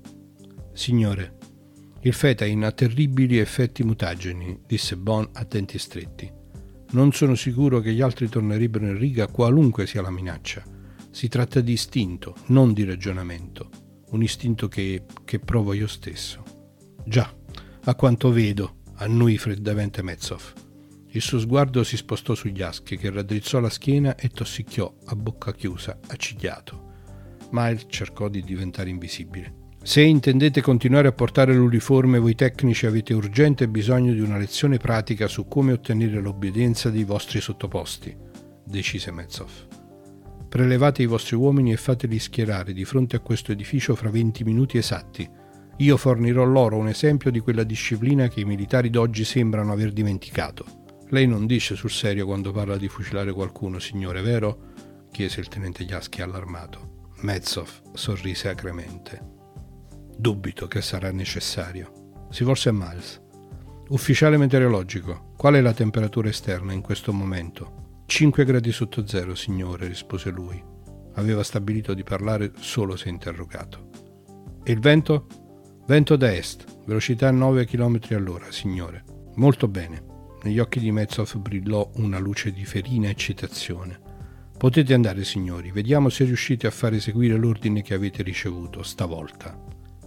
Speaker 1: Signore, il Fetain ha terribili effetti mutageni, disse Bon a denti stretti. Non sono sicuro che gli altri tornerebbero in riga qualunque sia la minaccia. Si tratta di istinto, non di ragionamento. Un istinto che, che provo io stesso. Già, a quanto vedo, annui freddamente Mezzoff. Il suo sguardo si spostò su Jasky, che raddrizzò la schiena e tossicchiò a bocca chiusa, accigliato. Miles cercò di diventare invisibile. Se intendete continuare a portare l'uniforme, voi tecnici avete urgente bisogno di una lezione pratica su come ottenere l'obbedienza dei vostri sottoposti, decise Mezzoff. Prelevate i vostri uomini e fateli schierare di fronte a questo edificio fra venti minuti esatti. Io fornirò loro un esempio di quella disciplina che i militari d'oggi sembrano aver dimenticato. Lei non dice sul serio quando parla di fucilare qualcuno, signore, vero? Chiese il tenente Jasky allarmato. Mezzoff sorrise acremente. Dubito che sarà necessario. Si volse a Miles. Ufficiale meteorologico, qual è la temperatura esterna in questo momento? Cinque gradi sotto zero, signore, rispose lui. Aveva stabilito di parlare solo se interrogato. E il vento? Vento da est, velocità nove chilometri all'ora, signore. Molto bene. Negli occhi di Mezzoff brillò una luce di ferina eccitazione. Potete andare, signori. Vediamo se riuscite a far eseguire l'ordine che avete ricevuto, stavolta.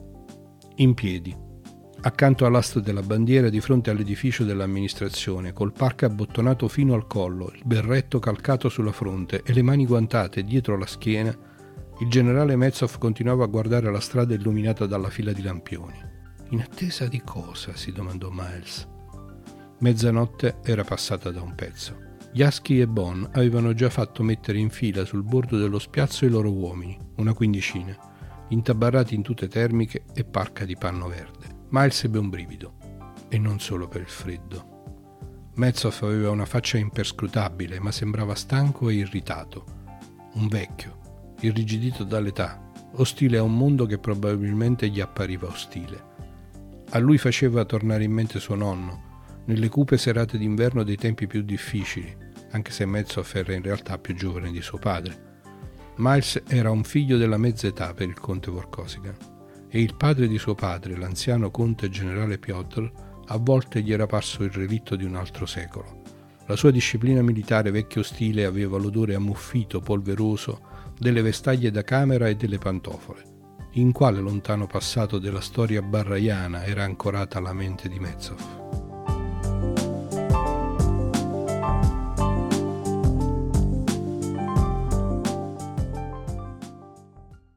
Speaker 1: In piedi, accanto all'asta della bandiera di fronte all'edificio dell'amministrazione, col parco abbottonato fino al collo, il berretto calcato sulla fronte e le mani guantate dietro la schiena, il generale Mezzoff continuava a guardare la strada illuminata dalla fila di lampioni. In attesa di cosa? Si domandò Miles. Mezzanotte era passata da un pezzo. Jasky e Bon avevano già fatto mettere in fila sul bordo dello spiazzo i loro uomini, una quindicina, intabarrati in tute termiche e parca di panno verde. Miles ebbe un brivido, e non solo per il freddo. Mezzoff aveva una faccia imperscrutabile, ma sembrava stanco e irritato. Un vecchio, irrigidito dall'età, ostile a un mondo che probabilmente gli appariva ostile. A lui faceva tornare in mente suo nonno, nelle cupe serate d'inverno dei tempi più difficili, anche se Mezzoff era in realtà più giovane di suo padre. Miles era un figlio della mezza età per il conte Vorkosigan, e il padre di suo padre, l'anziano conte generale Piotr, a volte gli era parso il relitto di un altro secolo. La sua disciplina militare vecchio stile aveva l'odore ammuffito, polveroso, delle vestaglie da camera e delle pantofole. In quale lontano passato della storia barraiana era ancorata la mente di Mezzoff?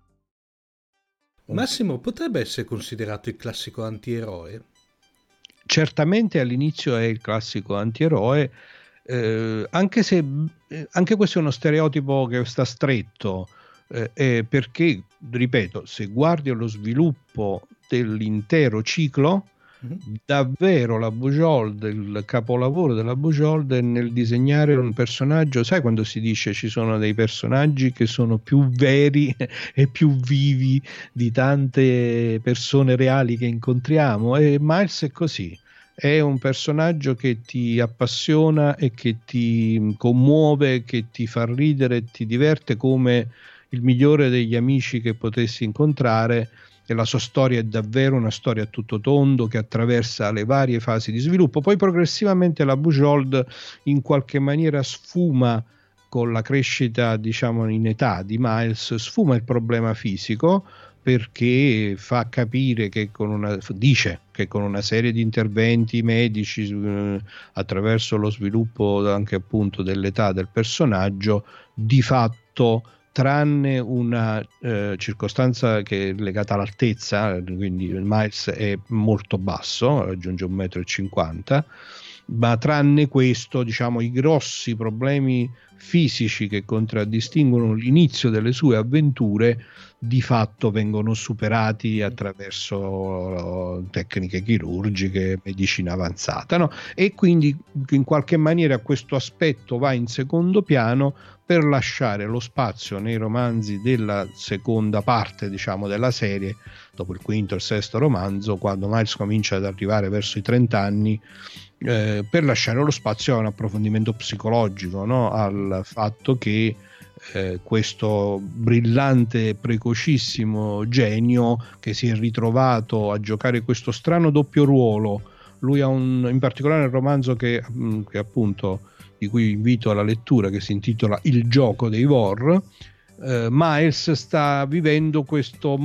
Speaker 3: Massimo potrebbe essere considerato il classico antieroe?
Speaker 1: certamente all'inizio è il classico antieroe, eh, anche se eh, anche questo è uno stereotipo che sta stretto, eh, eh, perché, ripeto, se guardi allo sviluppo dell'intero ciclo, davvero la Bujold, il capolavoro della Bujold è nel disegnare un personaggio. Sai quando si dice ci sono dei personaggi che sono più veri e più vivi di tante persone reali che incontriamo? E Miles è così, è un personaggio che ti appassiona e che ti commuove, che ti fa ridere, ti diverte come il migliore degli amici che potessi incontrare. E la sua storia è davvero una storia a tutto tondo che attraversa le varie fasi di sviluppo. Poi progressivamente la Bujold in qualche maniera sfuma con la crescita, diciamo, in età di Miles, sfuma il problema fisico, perché fa capire che con una dice che con una serie di interventi medici eh, attraverso lo sviluppo anche appunto dell'età del personaggio, di fatto, tranne una eh, circostanza che è legata all'altezza, quindi Miles è molto basso, raggiunge un metro e cinquanta, ma tranne questo, diciamo, i grossi problemi fisici che contraddistinguono l'inizio delle sue avventure di fatto vengono superati attraverso tecniche chirurgiche, medicina avanzata, no? E quindi in qualche maniera questo aspetto va in secondo piano per lasciare lo spazio nei romanzi della seconda parte, diciamo, della serie, dopo il quinto e il sesto romanzo, quando Miles comincia ad arrivare verso i trenta anni, eh, per lasciare lo spazio a un approfondimento psicologico, no? Al fatto che Eh, questo brillante, precocissimo genio che si è ritrovato a giocare questo strano doppio ruolo. Lui ha un, in particolare nel romanzo che, che appunto di cui invito alla lettura, che si intitola Il gioco dei Vor, eh, Miles sta vivendo questo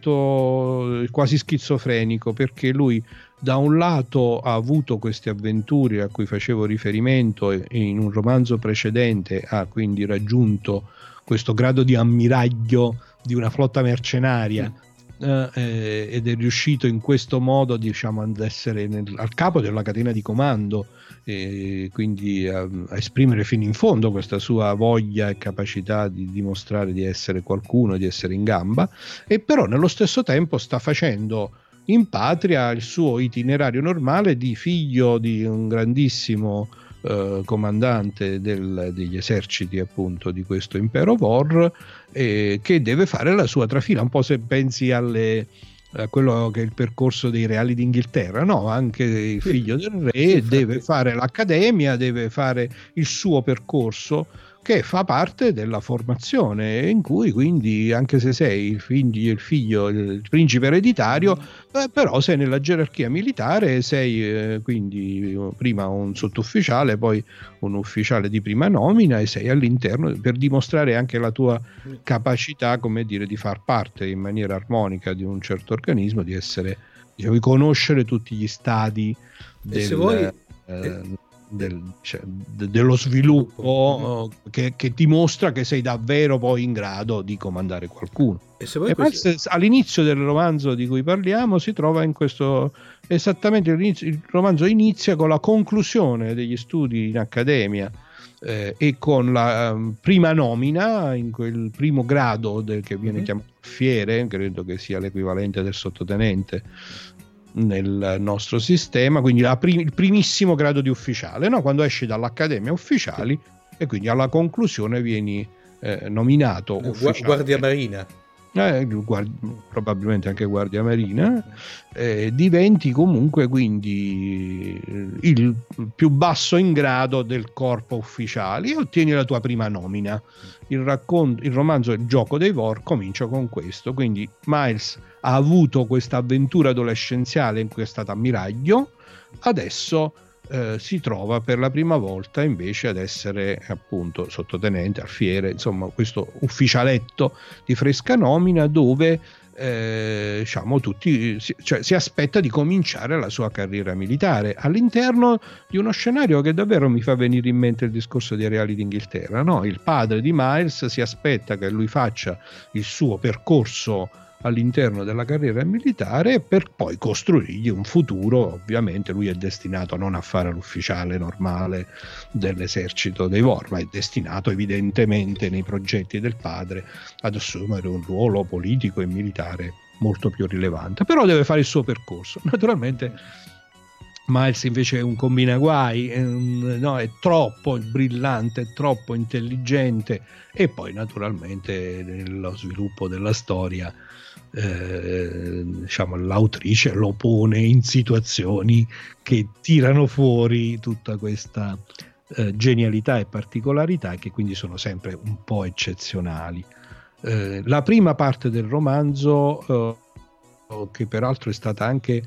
Speaker 1: momento quasi schizofrenico, perché lui da un lato ha avuto queste avventure a cui facevo riferimento e in un romanzo precedente ha quindi raggiunto questo grado di ammiraglio di una flotta mercenaria, mm. eh, ed è riuscito in questo modo, diciamo, ad essere nel, al capo della catena di comando, e quindi a, a esprimere fino in fondo questa sua voglia e capacità di dimostrare di essere qualcuno, di essere in gamba, e però nello stesso tempo sta facendo in patria il suo itinerario normale di figlio di un grandissimo eh, comandante del, degli eserciti appunto di questo impero Vor, eh, che deve fare la sua trafila, un po' se pensi alle, a quello che è il percorso dei reali d'Inghilterra, no? Anche il figlio del re deve fare l'accademia, deve fare il suo percorso che fa parte della formazione, in cui quindi anche se sei il figlio, il, figlio, il principe ereditario, eh, però sei nella gerarchia militare, sei eh, quindi prima un sottufficiale, poi un ufficiale di prima nomina, e sei all'interno per dimostrare anche la tua capacità, come dire, di far parte in maniera armonica di un certo organismo, di essere, diciamo, di conoscere tutti gli stadi del,
Speaker 3: se vuoi,
Speaker 1: eh,
Speaker 3: eh,
Speaker 1: Del, cioè, de, dello sviluppo, uh, che, che dimostra che sei davvero poi in grado di comandare qualcuno.
Speaker 3: E se vuoi
Speaker 1: e
Speaker 3: questo...
Speaker 1: all'inizio del romanzo di cui parliamo si trova in questo, esattamente il romanzo inizia con la conclusione degli studi in accademia, eh, e con la um, prima nomina in quel primo grado del, che viene mm-hmm. chiamato alfiere, credo che sia l'equivalente del sottotenente nel nostro sistema, quindi la prim- il primissimo grado di ufficiale, no? Quando esci dall'accademia ufficiali, e quindi alla conclusione vieni eh, nominato ufficiale.
Speaker 3: Guardia Marina.
Speaker 1: Eh, guardi, probabilmente anche Guardia Marina, eh, diventi comunque quindi il più basso in grado del corpo ufficiali e ottieni la tua prima nomina. Il racconto, il romanzo Il gioco dei Vor comincia con questo, quindi Miles ha avuto questa avventura adolescenziale in cui è stato ammiraglio, adesso eh, si trova per la prima volta invece ad essere appunto sottotenente, alfiere, insomma questo ufficialetto di fresca nomina, dove eh, diciamo tutti, si, cioè, si aspetta di cominciare la sua carriera militare all'interno di uno scenario che davvero mi fa venire in mente il discorso dei reali d'Inghilterra, no? Il padre di Miles si aspetta che lui faccia il suo percorso all'interno della carriera militare per poi costruirgli un futuro. Ovviamente lui è destinato non a fare l'ufficiale normale dell'esercito dei Vor, ma è destinato evidentemente nei progetti del padre ad assumere un ruolo politico e militare molto più rilevante, però deve fare il suo percorso. Naturalmente Miles invece è un combinaguai, è, un, no, è troppo brillante, è troppo intelligente, e poi naturalmente nello sviluppo della storia eh, diciamo l'autrice lo pone in situazioni che tirano fuori tutta questa eh, genialità e particolarità, che quindi sono sempre un po' eccezionali. Eh, la prima parte del romanzo, eh, che peraltro è stata anche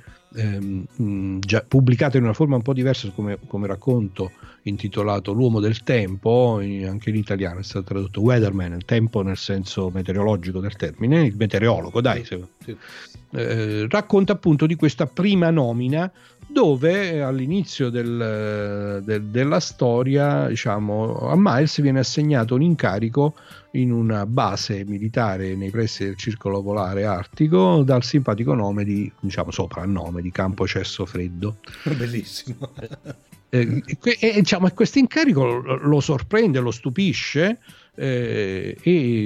Speaker 1: ehm, già pubblicata in una forma un po' diversa come, come racconto intitolato L'uomo del tempo, in, anche in italiano è stato tradotto Weatherman, il tempo nel senso meteorologico del termine, il meteorologo, dai, se,
Speaker 3: sì.
Speaker 1: eh, racconta appunto di questa prima nomina, dove all'inizio del, del, della storia, diciamo, a Miles viene assegnato un incarico in una base militare nei pressi del circolo polare artico dal simpatico nome di, diciamo, soprannome di Campo Cesso Freddo.
Speaker 3: Bellissimo.
Speaker 1: Eh, e, e, diciamo, questo incarico lo, lo sorprende, lo stupisce, eh, e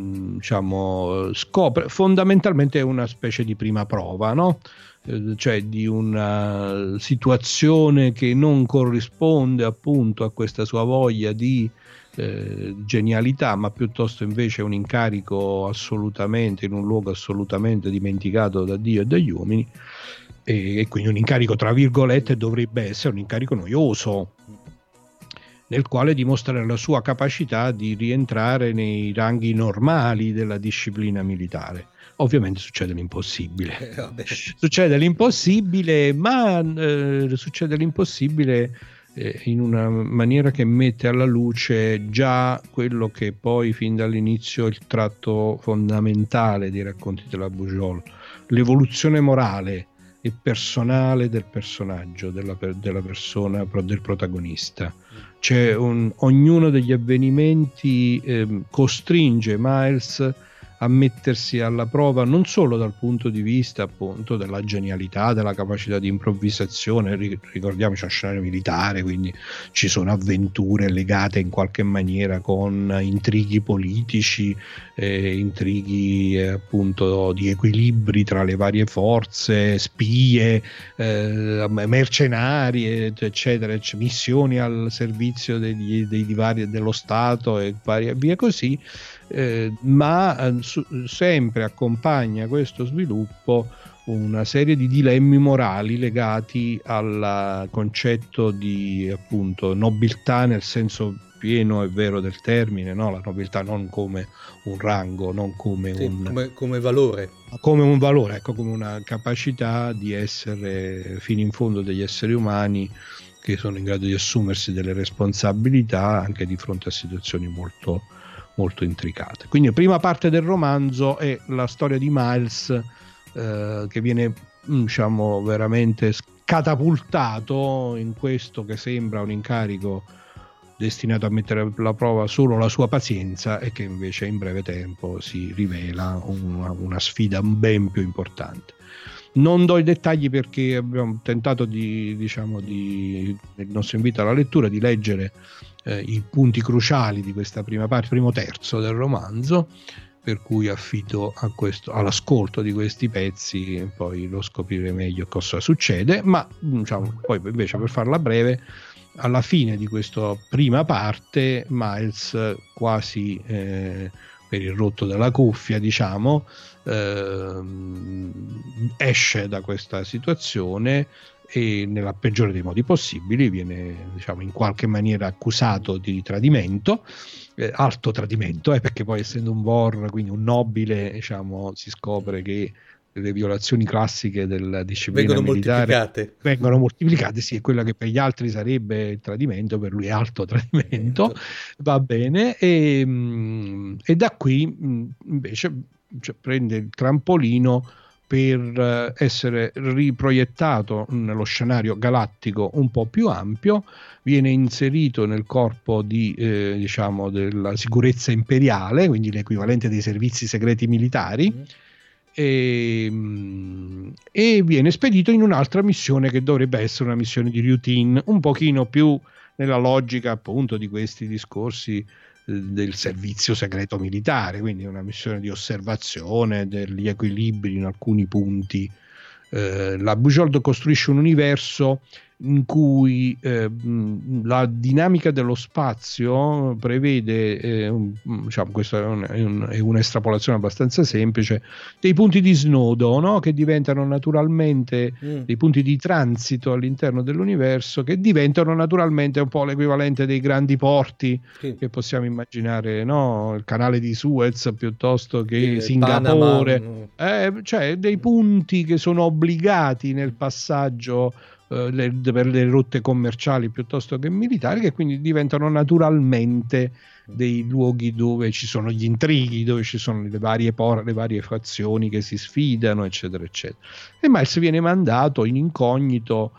Speaker 1: diciamo scopre fondamentalmente una specie di prima prova, no? Eh, cioè di una situazione che non corrisponde appunto a questa sua voglia di eh, genialità, ma piuttosto invece un incarico assolutamente in un luogo assolutamente dimenticato da Dio e dagli uomini, e, e quindi un incarico tra virgolette dovrebbe essere un incarico noioso, nel quale dimostrare la sua capacità di rientrare nei ranghi normali della disciplina militare. Ovviamente succede l'impossibile, eh, succede l'impossibile, ma eh, succede l'impossibile eh, in una maniera che mette alla luce già quello che poi fin dall'inizio è il tratto fondamentale dei racconti della Bujold, l'evoluzione morale e personale del personaggio, della, della persona, del protagonista. C'è un, ognuno degli avvenimenti eh, costringe Miles a mettersi alla prova non solo dal punto di vista appunto della genialità, della capacità di improvvisazione, ricordiamoci uno scenario militare, quindi ci sono avventure legate in qualche maniera con intrighi politici, eh, intrighi eh, appunto di equilibri tra le varie forze, spie, eh, mercenari, eccetera, eccetera, missioni al servizio degli, dei divari dello Stato e via così. Eh, ma eh, su, sempre accompagna questo sviluppo una serie di dilemmi morali legati al concetto di appunto nobiltà nel senso pieno e vero del termine, no? La nobiltà non come un rango, non come,
Speaker 3: sì,
Speaker 1: un,
Speaker 3: come, come valore,
Speaker 1: come un valore, ecco, come una capacità di essere fino in fondo degli esseri umani che sono in grado di assumersi delle responsabilità anche di fronte a situazioni molto molto intricate. Quindi la prima parte del romanzo è la storia di Miles eh, che viene diciamo veramente catapultato in questo che sembra un incarico destinato a mettere alla prova solo la sua pazienza e che invece in breve tempo si rivela una, una sfida ben più importante. Non do i dettagli perché abbiamo tentato di, diciamo, di, nel nostro invito alla lettura, di leggere eh, i punti cruciali di questa prima parte, primo terzo del romanzo, per cui affido a questo, all'ascolto di questi pezzi e poi lo scoprire meglio cosa succede, ma diciamo, poi invece per farla breve, alla fine di questa prima parte Miles quasi eh, per il rotto della cuffia, diciamo, eh, esce da questa situazione e nella peggiore dei modi possibili viene, diciamo, in qualche maniera accusato di tradimento, eh, alto tradimento, eh, perché poi essendo un Vor, quindi un nobile, diciamo, si scopre che le violazioni classiche della disciplina
Speaker 3: vengono
Speaker 1: militare
Speaker 3: moltiplicate.
Speaker 1: vengono moltiplicate, sì, è quella che per gli altri sarebbe il tradimento, per lui è alto tradimento, va bene, e, e da qui invece cioè, prende il trampolino per essere riproiettato nello scenario galattico un po' più ampio, viene inserito nel corpo di, eh, diciamo, della sicurezza imperiale, quindi l'equivalente dei servizi segreti militari, mm. e, e viene spedito in un'altra missione che dovrebbe essere una missione di routine, un pochino più nella logica appunto di questi discorsi eh, del servizio segreto militare, quindi una missione di osservazione degli equilibri in alcuni punti. Eh, la Bujold costruisce un universo in cui eh, la dinamica dello spazio prevede, eh, un, diciamo, questa è, un, è, un, è un'estrapolazione abbastanza semplice, dei punti di snodo, no? Che diventano naturalmente mm. dei punti di transito all'interno dell'universo, che diventano naturalmente un po' l'equivalente dei grandi porti sì. che possiamo immaginare, no? Il canale di Suez piuttosto che il Singapore, Panama, eh, cioè dei punti che sono obbligati nel passaggio Le, per le rotte commerciali piuttosto che militari, che quindi diventano naturalmente dei luoghi dove ci sono gli intrighi, dove ci sono le varie por- le varie fazioni che si sfidano, eccetera eccetera. E Miles viene mandato in incognito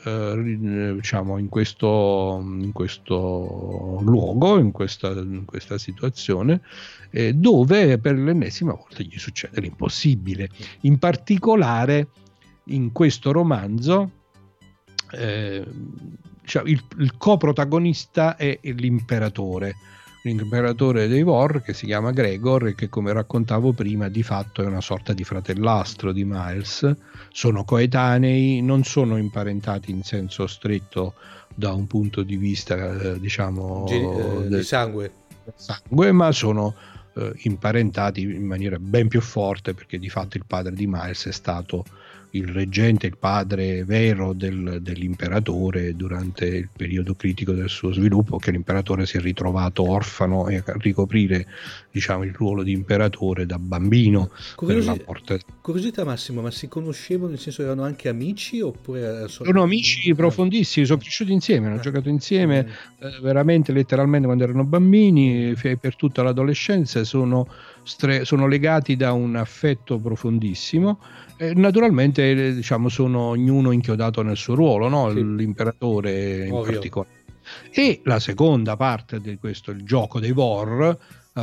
Speaker 1: eh, diciamo in questo in questo luogo, in questa, in questa situazione eh, dove per l'ennesima volta gli succede l'impossibile. In particolare in questo romanzo Eh, diciamo, il, il coprotagonista è l'imperatore l'imperatore dei Vor, che si chiama Gregor e che, come raccontavo prima, di fatto è una sorta di fratellastro di Miles. Sono coetanei, non sono imparentati in senso stretto da un punto di vista eh, diciamo
Speaker 3: G- eh,
Speaker 1: del,
Speaker 3: di sangue.
Speaker 1: sangue ma sono eh, imparentati in maniera ben più forte, perché di fatto il padre di Miles è stato il reggente, il padre vero del, dell'imperatore durante il periodo critico del suo sviluppo, che l'imperatore si è ritrovato orfano e a ricoprire, diciamo, il ruolo di imperatore da bambino.
Speaker 3: Curiosi-
Speaker 1: per la morte.
Speaker 3: Curiosità Massimo, ma si conoscevano, nel senso erano anche amici oppure solo...
Speaker 1: Sono amici profondissimi, sono cresciuti insieme, hanno ah. giocato insieme mm. eh, veramente letteralmente quando erano bambini, per tutta l'adolescenza, sono, stre- sono legati da un affetto profondissimo. Eh, naturalmente diciamo sono ognuno inchiodato nel suo ruolo, no? Sì. L'imperatore in Ovvio. particolare. E la seconda parte di questo, il gioco dei Vor,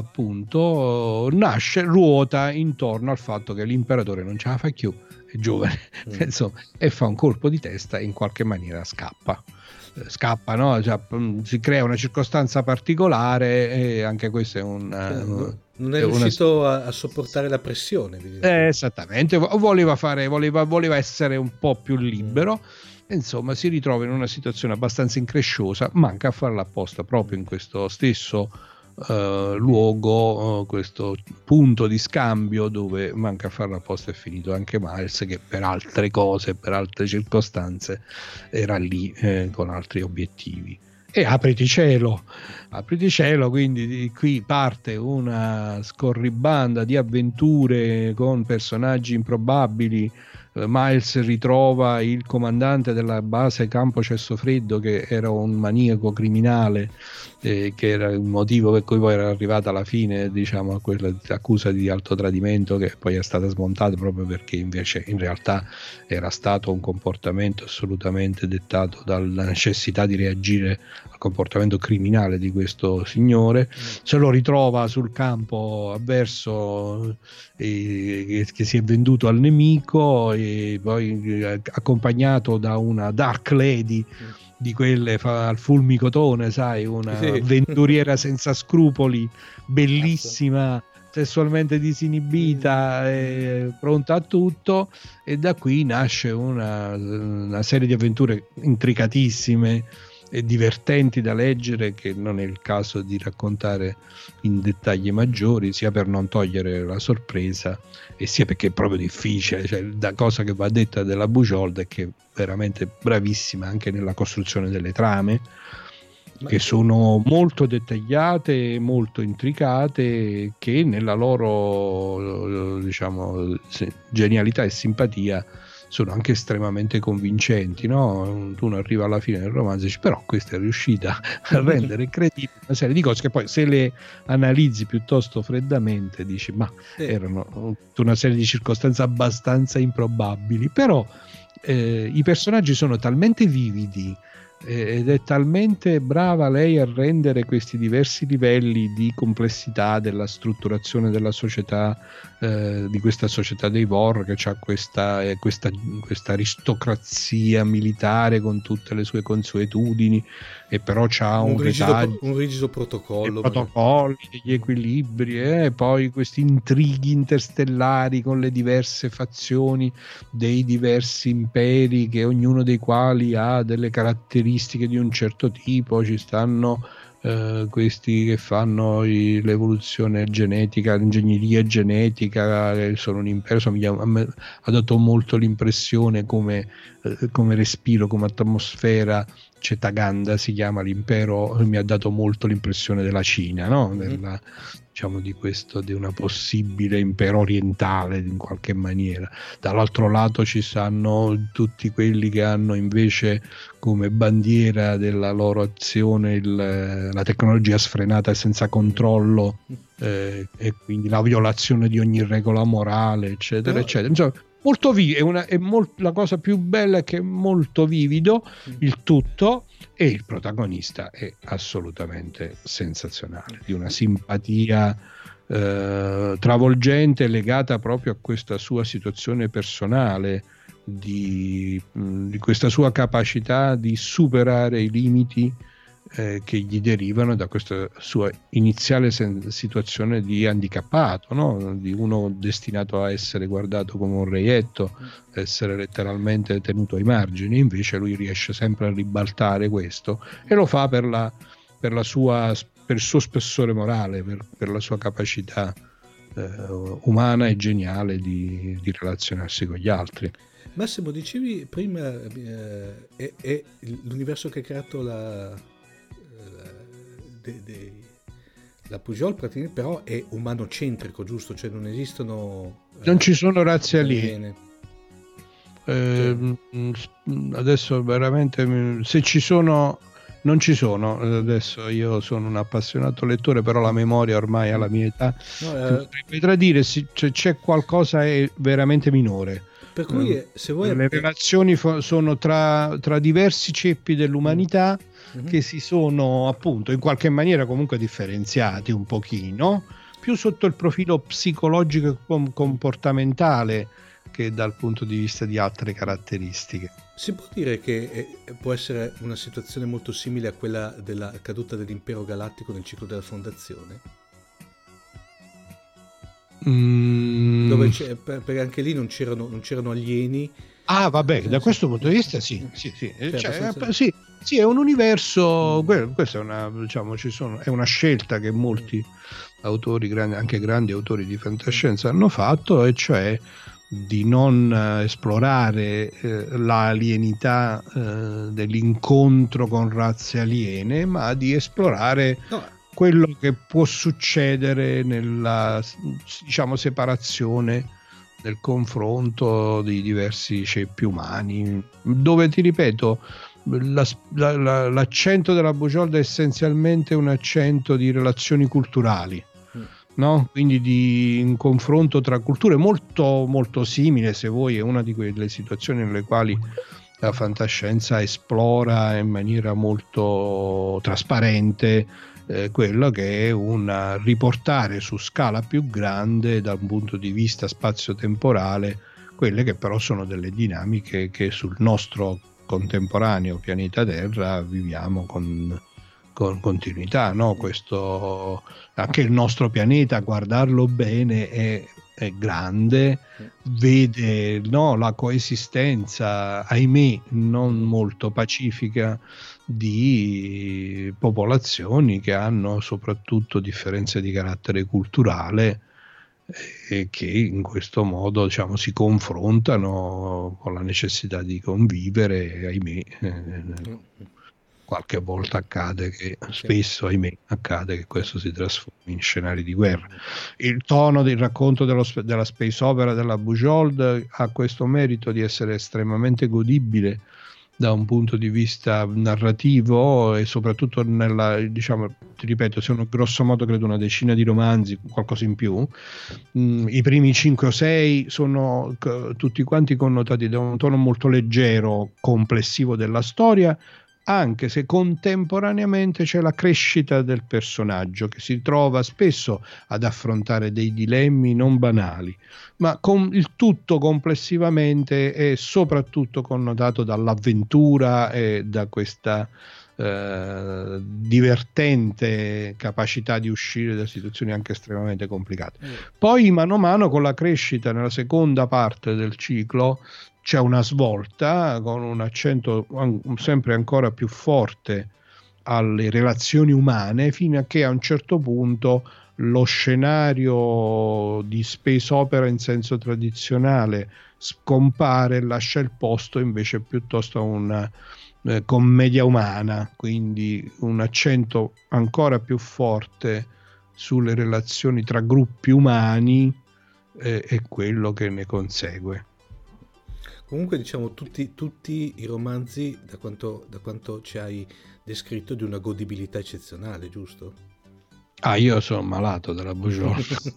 Speaker 1: appunto, nasce, ruota intorno al fatto che l'imperatore non ce la fa più, è giovane, mm. insomma, e fa un colpo di testa e in qualche maniera scappa. Scappa, no? Cioè, si crea una circostanza particolare e anche questo è un...
Speaker 3: Eh, non è riuscito una... a, a sopportare la pressione.
Speaker 1: Eh, esattamente, voleva fare, voleva, voleva essere un po' più libero. Mm. Insomma, si ritrova in una situazione abbastanza incresciosa, manca a farla apposta proprio in questo stesso uh, luogo, uh, questo punto di scambio dove manca a farla apposta è finito anche Miles, che per altre cose, per altre circostanze era lì eh, con altri obiettivi. E apriti cielo, apriti cielo, quindi di qui parte una scorribanda di avventure con personaggi improbabili. Miles ritrova il comandante della base Campo Cesso Freddo, che era un maniaco criminale, eh, che era il motivo per cui poi era arrivata alla fine, diciamo, a quella accusa di alto tradimento, che poi è stata smontata proprio perché invece in realtà era stato un comportamento assolutamente dettato dalla necessità di reagire al comportamento criminale di questo signore. Se lo ritrova sul campo avverso, eh, che, che si è venduto al nemico, e poi eh, accompagnato da una Dark Lady di quelle fa, al fulmicotone, sai, una sì. avventuriera senza scrupoli, bellissima, sessualmente disinibita, e pronta a tutto, e da qui nasce una, una serie di avventure intricatissime e divertenti da leggere, che non è il caso di raccontare in dettagli maggiori, sia per non togliere la sorpresa e sia perché è proprio difficile. Cioè, la cosa che va detta della Bujold è che è veramente bravissima anche nella costruzione delle trame, Ma che sono molto dettagliate, molto intricate, che nella loro, diciamo, genialità e simpatia sono anche estremamente convincenti, no? Tu non arriva alla fine del romanzo e dici, però questa è riuscita a rendere credibile una serie di cose che poi, se le analizzi piuttosto freddamente, dici ma sì. erano una serie di circostanze abbastanza improbabili, però eh, i personaggi sono talmente vividi, ed è talmente brava lei a rendere questi diversi livelli di complessità della strutturazione della società, eh, di questa società dei Vor, che ha questa, eh, questa, questa aristocrazia militare con tutte le sue consuetudini, e però c'ha un,
Speaker 3: un, rigido,
Speaker 1: retaglio,
Speaker 3: un rigido protocollo,
Speaker 1: protocolli, gli equilibri, e eh, poi questi intrighi interstellari con le diverse fazioni dei diversi imperi, che ognuno dei quali ha delle caratteristiche di un certo tipo. Ci stanno eh, questi che fanno i, l'evoluzione genetica, l'ingegneria genetica, che sono un impero. A me ha dato molto l'impressione come, eh, come respiro, come atmosfera. Cetaganda si chiama l'impero, mi ha dato molto l'impressione della Cina, no? Mm-hmm. Della, diciamo di questo, di una possibile impero orientale in qualche maniera. Dall'altro lato ci stanno tutti quelli che hanno invece come bandiera della loro azione il, la tecnologia sfrenata e senza controllo, eh, e quindi la violazione di ogni regola morale, eccetera, Però... eccetera. Insomma, molto vivo, è una, è molt, la cosa più bella è che è molto vivido il tutto, e il protagonista è assolutamente sensazionale, di una simpatia eh, travolgente, legata proprio a questa sua situazione personale, di, di questa sua capacità di superare i limiti eh, che gli derivano da questa sua iniziale sen- situazione di handicappato, no? Di uno destinato a essere guardato come un reietto, essere letteralmente tenuto ai margini. Invece lui riesce sempre a ribaltare questo, e lo fa per la, per la sua, per il suo spessore morale, per, per la sua capacità eh, umana e geniale di, di relazionarsi con gli altri.
Speaker 3: Massimo, dicevi prima eh, è, è l'universo che ha creato la, la, de, de, la Pujol, praticamente, però è umanocentrico, giusto? Cioè non esistono...
Speaker 1: Non eh, ci sono razze aliene. Eh, adesso veramente, se ci sono, non ci sono. Adesso io sono un appassionato lettore, però la memoria ormai alla mia età no, eh, potrebbe tradire, c'è, c'è qualcosa è veramente minore.
Speaker 3: Per cui se vuoi...
Speaker 1: le relazioni fo- sono tra, tra diversi ceppi dell'umanità mm-hmm. che si sono appunto in qualche maniera comunque differenziati un pochino, più sotto il profilo psicologico e com- comportamentale che dal punto di vista di altre caratteristiche.
Speaker 3: Si può dire che è, può essere una situazione molto simile a quella della caduta dell'impero galattico nel ciclo della fondazione? Mm. Dove c'è, perché anche lì non c'erano, non c'erano alieni.
Speaker 1: Ah, vabbè, da questo punto di vista sì, sì, sì. Cioè, cioè, abbastanza... sì, sì, è un universo. Mm. Questa è una, diciamo, ci sono, è una scelta che molti mm. autori, grandi, anche grandi autori di fantascienza, hanno fatto, e cioè di non esplorare eh, l'alienità eh, dell'incontro con razze aliene, ma di esplorare no. quello che può succedere nella, diciamo, separazione, nel confronto di diversi ceppi umani, dove, ti ripeto, la, la, la, l'accento della Bujold è essenzialmente un accento di relazioni culturali, mm. no? Quindi di un confronto tra culture molto molto simile, se vuoi. È una di quelle situazioni nelle quali la fantascienza esplora in maniera molto trasparente Eh, quello che è un riportare su scala più grande, da un punto di vista spazio-temporale, quelle che però sono delle dinamiche che sul nostro contemporaneo pianeta Terra viviamo con, con continuità, no? Questo, anche il nostro pianeta, a guardarlo bene, è, è grande, vede, no, la coesistenza, ahimè, non molto pacifica, di popolazioni che hanno soprattutto differenze di carattere culturale e che in questo modo, diciamo, si confrontano con la necessità di convivere, e ahimè eh, qualche volta accade che spesso ahimè accade che questo si trasformi in scenari di guerra. Il tono del racconto dello, della space opera della Bujold ha questo merito di essere estremamente godibile da un punto di vista narrativo, e soprattutto nella, diciamo, ti ripeto, sono grosso modo credo una decina di romanzi, qualcosa in più. Mm, i primi cinque o sei sono c- tutti quanti connotati da un tono molto leggero, complessivo della storia, anche se contemporaneamente c'è la crescita del personaggio che si trova spesso ad affrontare dei dilemmi non banali, ma con il tutto complessivamente è soprattutto connotato dall'avventura e da questa eh, divertente capacità di uscire da situazioni anche estremamente complicate. Mm. Poi mano a mano con la crescita nella seconda parte del ciclo c'è una svolta con un accento sempre ancora più forte alle relazioni umane, fino a che a un certo punto lo scenario di space opera in senso tradizionale scompare e lascia il posto invece piuttosto a una eh, commedia umana, quindi un accento ancora più forte sulle relazioni tra gruppi umani eh, e quello che ne consegue.
Speaker 3: Comunque diciamo tutti, tutti i romanzi, da quanto, da quanto ci hai descritto, di una godibilità eccezionale, giusto?
Speaker 1: Ah, io sono malato della Buongiorno,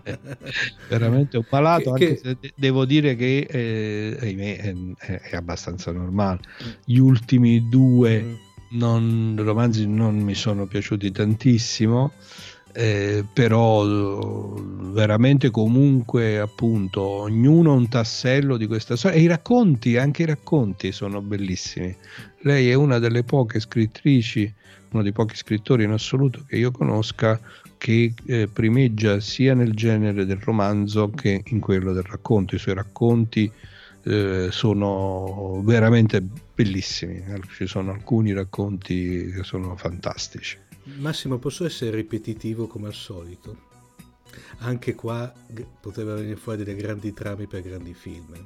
Speaker 1: veramente un malato, che, anche che... se de- devo dire che eh, ahimè, è, è abbastanza normale. Gli ultimi due mm. non, romanzi non mi sono piaciuti tantissimo. Eh, però veramente comunque appunto ognuno un tassello di questa storia, e i racconti, anche i racconti sono bellissimi. Lei è una delle poche scrittrici, uno dei pochi scrittori in assoluto che io conosca che eh, primeggia sia nel genere del romanzo che in quello del racconto. I suoi racconti eh, sono veramente bellissimi, ci sono alcuni racconti che sono fantastici.
Speaker 3: Massimo, posso essere ripetitivo come al solito? Anche qua g- poteva venire fuori delle grandi trame per grandi film.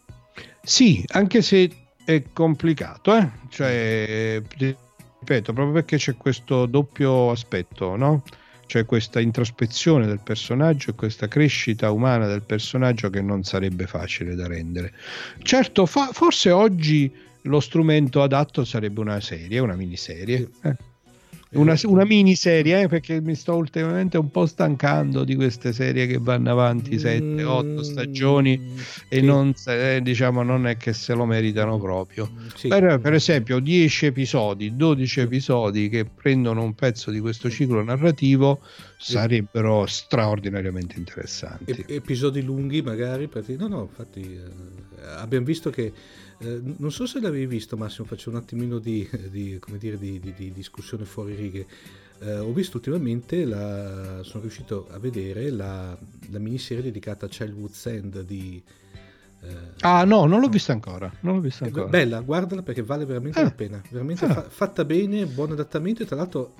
Speaker 1: Sì, anche se è complicato, eh? Cioè, ripeto, proprio perché c'è questo doppio aspetto, no? C'è questa introspezione del personaggio e questa crescita umana del personaggio che non sarebbe facile da rendere. Certo, fa- forse oggi lo strumento adatto sarebbe una serie, una miniserie. Eh? Una, una miniserie, eh, perché mi sto ultimamente un po' stancando di queste serie che vanno avanti sette otto stagioni e sì. non, eh, diciamo, non è che se lo meritano proprio. Sì. Per, per esempio dieci episodi, dodici episodi che prendono un pezzo di questo ciclo narrativo sarebbero straordinariamente interessanti.
Speaker 3: E, episodi lunghi magari, perché no no infatti eh, abbiamo visto che eh, non so se l'avevi visto, Massimo, faccio un attimino di, di come dire di, di, di discussione fuori righe. Eh, ho visto ultimamente la, sono riuscito a vedere la, la miniserie dedicata a Childhood's End di
Speaker 1: eh, ah no, non l'ho vista ancora, non l'ho vista ancora.
Speaker 3: Bella, guardala perché vale veramente eh. la pena, veramente ah. fa, fatta bene, buon adattamento, e tra l'altro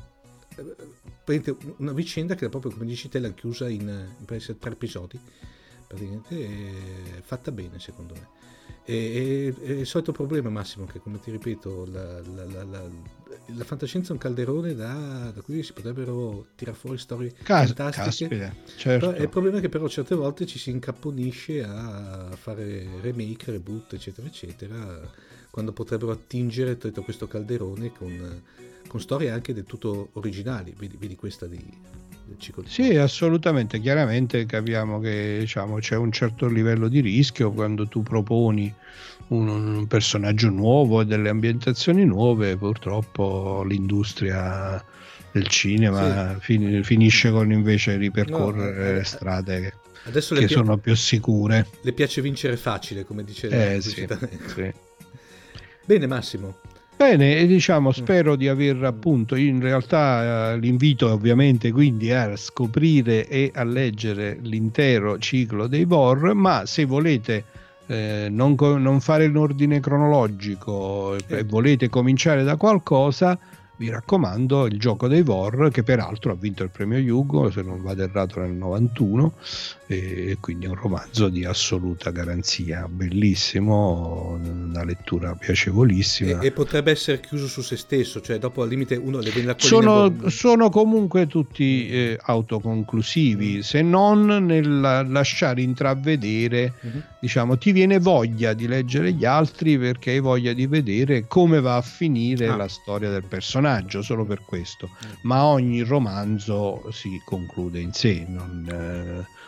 Speaker 3: una vicenda che proprio come dici te l'ha chiusa in, in tre episodi, praticamente è fatta bene secondo me. E, e, e il solito problema, Massimo, che come ti ripeto la, la, la, la, la fantascienza è un calderone da, da cui si potrebbero tirare fuori storie Cas- fantastiche.
Speaker 1: Caspita, certo.
Speaker 3: Però, il problema è che però certe volte ci si incapponisce a fare remake, reboot eccetera eccetera, quando potrebbero attingere tutto questo calderone con con storie anche del tutto originali, vedi, vedi questa di, del ciclo.
Speaker 1: Sì, assolutamente, chiaramente capiamo che diciamo, c'è un certo livello di rischio quando tu proponi un, un personaggio nuovo e delle ambientazioni nuove, purtroppo l'industria del cinema sì. fin, finisce con invece ripercorrere no, eh, strade che, adesso che pia- sono più sicure.
Speaker 3: Le piace vincere facile, come dice
Speaker 1: eh, sì, sì.
Speaker 3: Bene Massimo.
Speaker 1: Bene, diciamo, spero di aver appunto, in realtà eh, l'invito è ovviamente quindi a scoprire e a leggere l'intero ciclo dei V O R, ma se volete eh, non, non fare in ordine cronologico e volete cominciare da qualcosa, vi raccomando il gioco dei V O R, che peraltro ha vinto il premio Hugo, se non vado errato, nel novantuno, e quindi è un romanzo di assoluta garanzia, bellissimo, una lettura piacevolissima.
Speaker 3: E, e potrebbe essere chiuso su se stesso, cioè dopo al limite uno le viene la
Speaker 1: sono, bo- sono comunque tutti eh, autoconclusivi, mm. se non nel lasciare intravedere, mm-hmm. diciamo, ti viene voglia di leggere gli altri perché hai voglia di vedere come va a finire ah. la storia del personaggio, solo per questo, mm. ma ogni romanzo si conclude in sé, non, eh,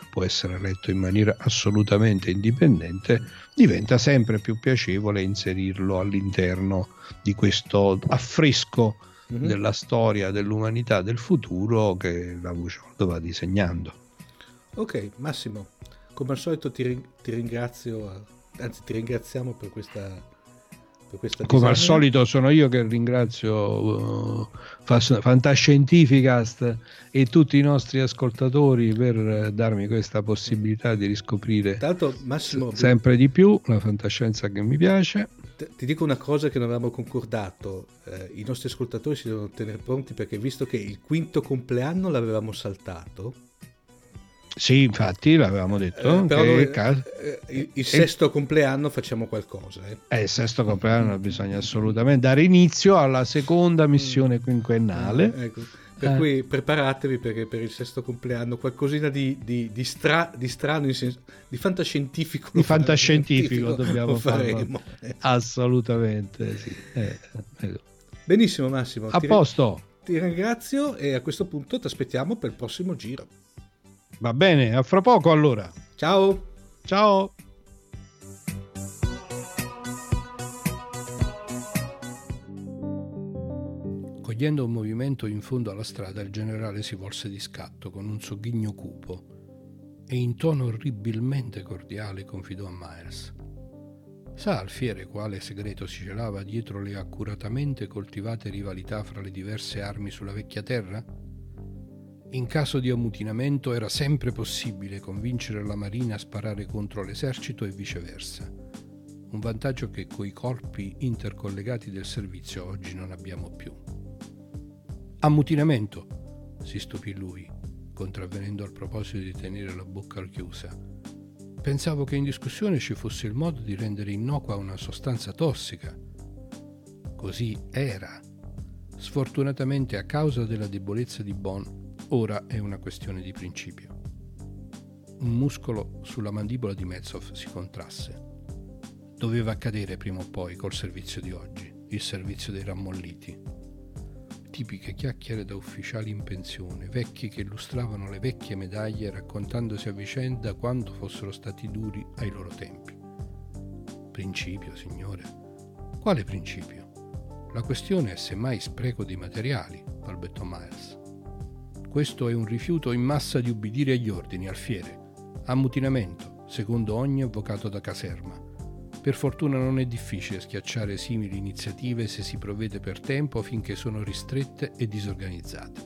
Speaker 1: può essere letto in maniera assolutamente indipendente, diventa sempre più piacevole inserirlo all'interno di questo affresco mm-hmm. della storia dell'umanità del futuro che la Voce va disegnando.
Speaker 3: Ok, Massimo, come al solito ti, ring- ti ringrazio, anzi ti ringraziamo per questa
Speaker 1: Come al solito sono io che ringrazio uh, Fantascientificast e tutti i nostri ascoltatori per darmi questa possibilità di riscoprire
Speaker 3: Tanto, Massimo,
Speaker 1: sempre di più la fantascienza che mi piace.
Speaker 3: Ti dico una cosa che non avevamo concordato, eh, i nostri ascoltatori si devono tenere pronti, perché visto che il quinto compleanno l'avevamo saltato.
Speaker 1: Sì, infatti l'avevamo detto.
Speaker 3: Eh, però
Speaker 1: che
Speaker 3: noi,
Speaker 1: caso...
Speaker 3: eh, il, il sesto eh, compleanno facciamo qualcosa. Eh.
Speaker 1: eh, il sesto compleanno bisogna assolutamente dare inizio alla seconda missione quinquennale.
Speaker 3: Eh, ecco. Per eh. cui preparatevi, perché per il sesto compleanno qualcosina di, di, di, stra, di strano, in senso, di fantascientifico.
Speaker 1: Di fantascientifico dobbiamo
Speaker 3: faremo.
Speaker 1: Eh. Assolutamente, sì. Eh, eh.
Speaker 3: Benissimo, Massimo.
Speaker 1: A
Speaker 3: ti
Speaker 1: posto.
Speaker 3: Ti ringrazio e a questo punto ti aspettiamo per il prossimo giro.
Speaker 1: Va bene, a fra poco allora.
Speaker 3: Ciao.
Speaker 1: Ciao. Cogliendo un movimento in fondo alla strada, il generale si volse di scatto con un sogghigno cupo e in tono orribilmente cordiale confidò a Miles: sa, Alfiere, quale segreto si celava dietro le accuratamente coltivate rivalità fra le diverse armi sulla vecchia terra? In caso di ammutinamento era sempre possibile convincere la marina a sparare contro l'esercito e viceversa, un vantaggio che coi corpi intercollegati del servizio oggi non abbiamo più. Ammutinamento? Si stupì lui, contravvenendo al proposito di tenere la bocca chiusa. Pensavo che in discussione ci fosse il modo di rendere innocua una sostanza tossica. Così era. Sfortunatamente, a causa della debolezza di Bond, ora è una questione di principio. Un muscolo sulla mandibola di Metsov si contrasse. Doveva accadere prima o poi col servizio di oggi, il servizio dei rammolliti. Tipiche chiacchiere da ufficiali in pensione, vecchi che illustravano le vecchie medaglie raccontandosi a vicenda quanto fossero stati duri ai loro tempi. Principio, signore? Quale principio? La questione è semmai spreco di materiali, balbettò Miles. Questo è un rifiuto in massa di ubbidire agli ordini, Alfiere. Ammutinamento, secondo ogni avvocato da caserma. Per fortuna non è difficile schiacciare simili iniziative se si provvede per tempo finché sono ristrette e disorganizzate.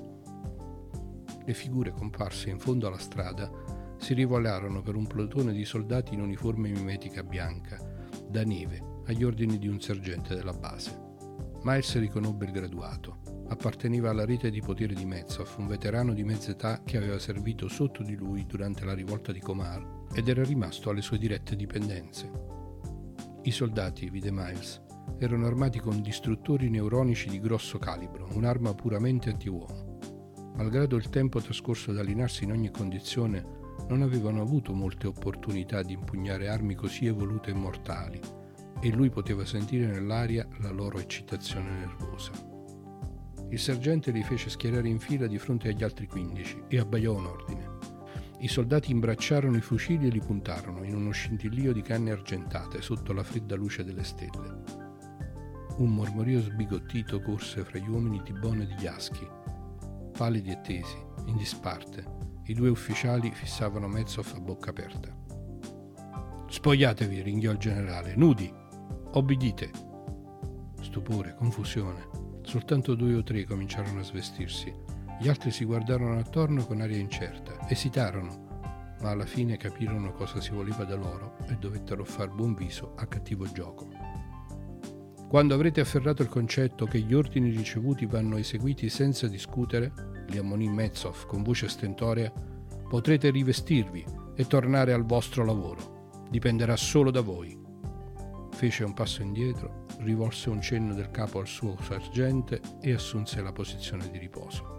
Speaker 1: Le figure comparse in fondo alla strada si rivelarono per un plotone di soldati in uniforme mimetica bianca, da neve, agli ordini di un sergente della base. Miles riconobbe il graduato. Apparteneva alla rete di potere di Metsov, un veterano di mezza età che aveva servito sotto di lui durante la rivolta di Comar ed era rimasto alle sue dirette dipendenze. I soldati, vide Miles, erano armati con distruttori neuronici di grosso calibro, un'arma puramente antiuomo. Malgrado il tempo trascorso ad allenarsi in ogni condizione, non avevano avuto molte opportunità di impugnare armi così evolute e mortali, e lui poteva sentire nell'aria la loro eccitazione nervosa. Il sergente li fece schierare in fila di fronte agli altri quindici e abbaiò un ordine. I soldati imbracciarono i fucili e li puntarono in uno scintillio di canne argentate sotto la fredda luce delle stelle. Un mormorio sbigottito corse fra gli uomini di Bond e di Jaschi. Pallidi e tesi, in disparte, i due ufficiali fissavano Metsov a bocca aperta. «Spogliatevi», ringhiò il generale, «nudi! Obbedite!» Stupore, confusione. Soltanto due o tre cominciarono a svestirsi. Gli altri si guardarono attorno con aria incerta, esitarono, ma alla fine capirono cosa si voleva da loro e dovettero far buon viso a cattivo gioco. «Quando avrete afferrato il concetto che gli ordini ricevuti vanno eseguiti senza discutere», li ammonì Metsov con voce stentorea, «potrete rivestirvi e tornare al vostro lavoro. Dipenderà solo da voi». Fece un passo indietro, rivolse un cenno del capo al suo sergente e assunse la posizione di riposo.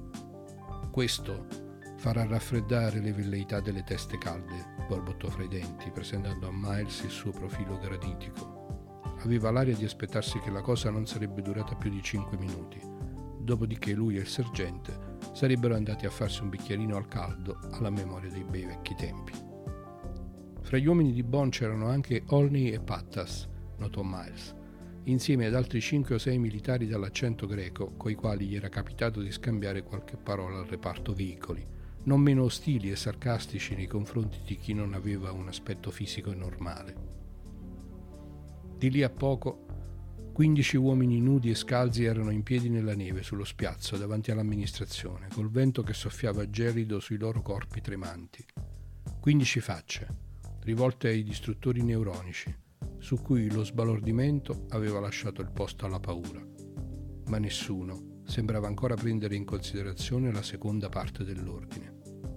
Speaker 1: «Questo farà raffreddare le velleità delle teste calde», borbottò fra i denti, presentando a Miles il suo profilo granitico. Aveva l'aria di aspettarsi che la cosa non sarebbe durata più di cinque minuti, dopodiché lui e il sergente sarebbero andati a farsi un bicchierino al caldo alla memoria dei bei vecchi tempi. Fra gli uomini di Bond c'erano anche Olney e Pattas, notò Miles, insieme ad altri cinque o sei militari dall'accento greco, coi quali gli era capitato di scambiare qualche parola al reparto veicoli, non meno ostili e sarcastici nei confronti di chi non aveva un aspetto fisico normale. Di lì a poco, quindici uomini nudi e scalzi erano in piedi nella neve sullo spiazzo davanti all'amministrazione, col vento che soffiava gelido sui loro corpi tremanti. Quindici facce, rivolte ai distruttori neuronici, su cui lo sbalordimento aveva lasciato il posto alla paura. Ma nessuno sembrava ancora prendere in considerazione la seconda parte dell'ordine.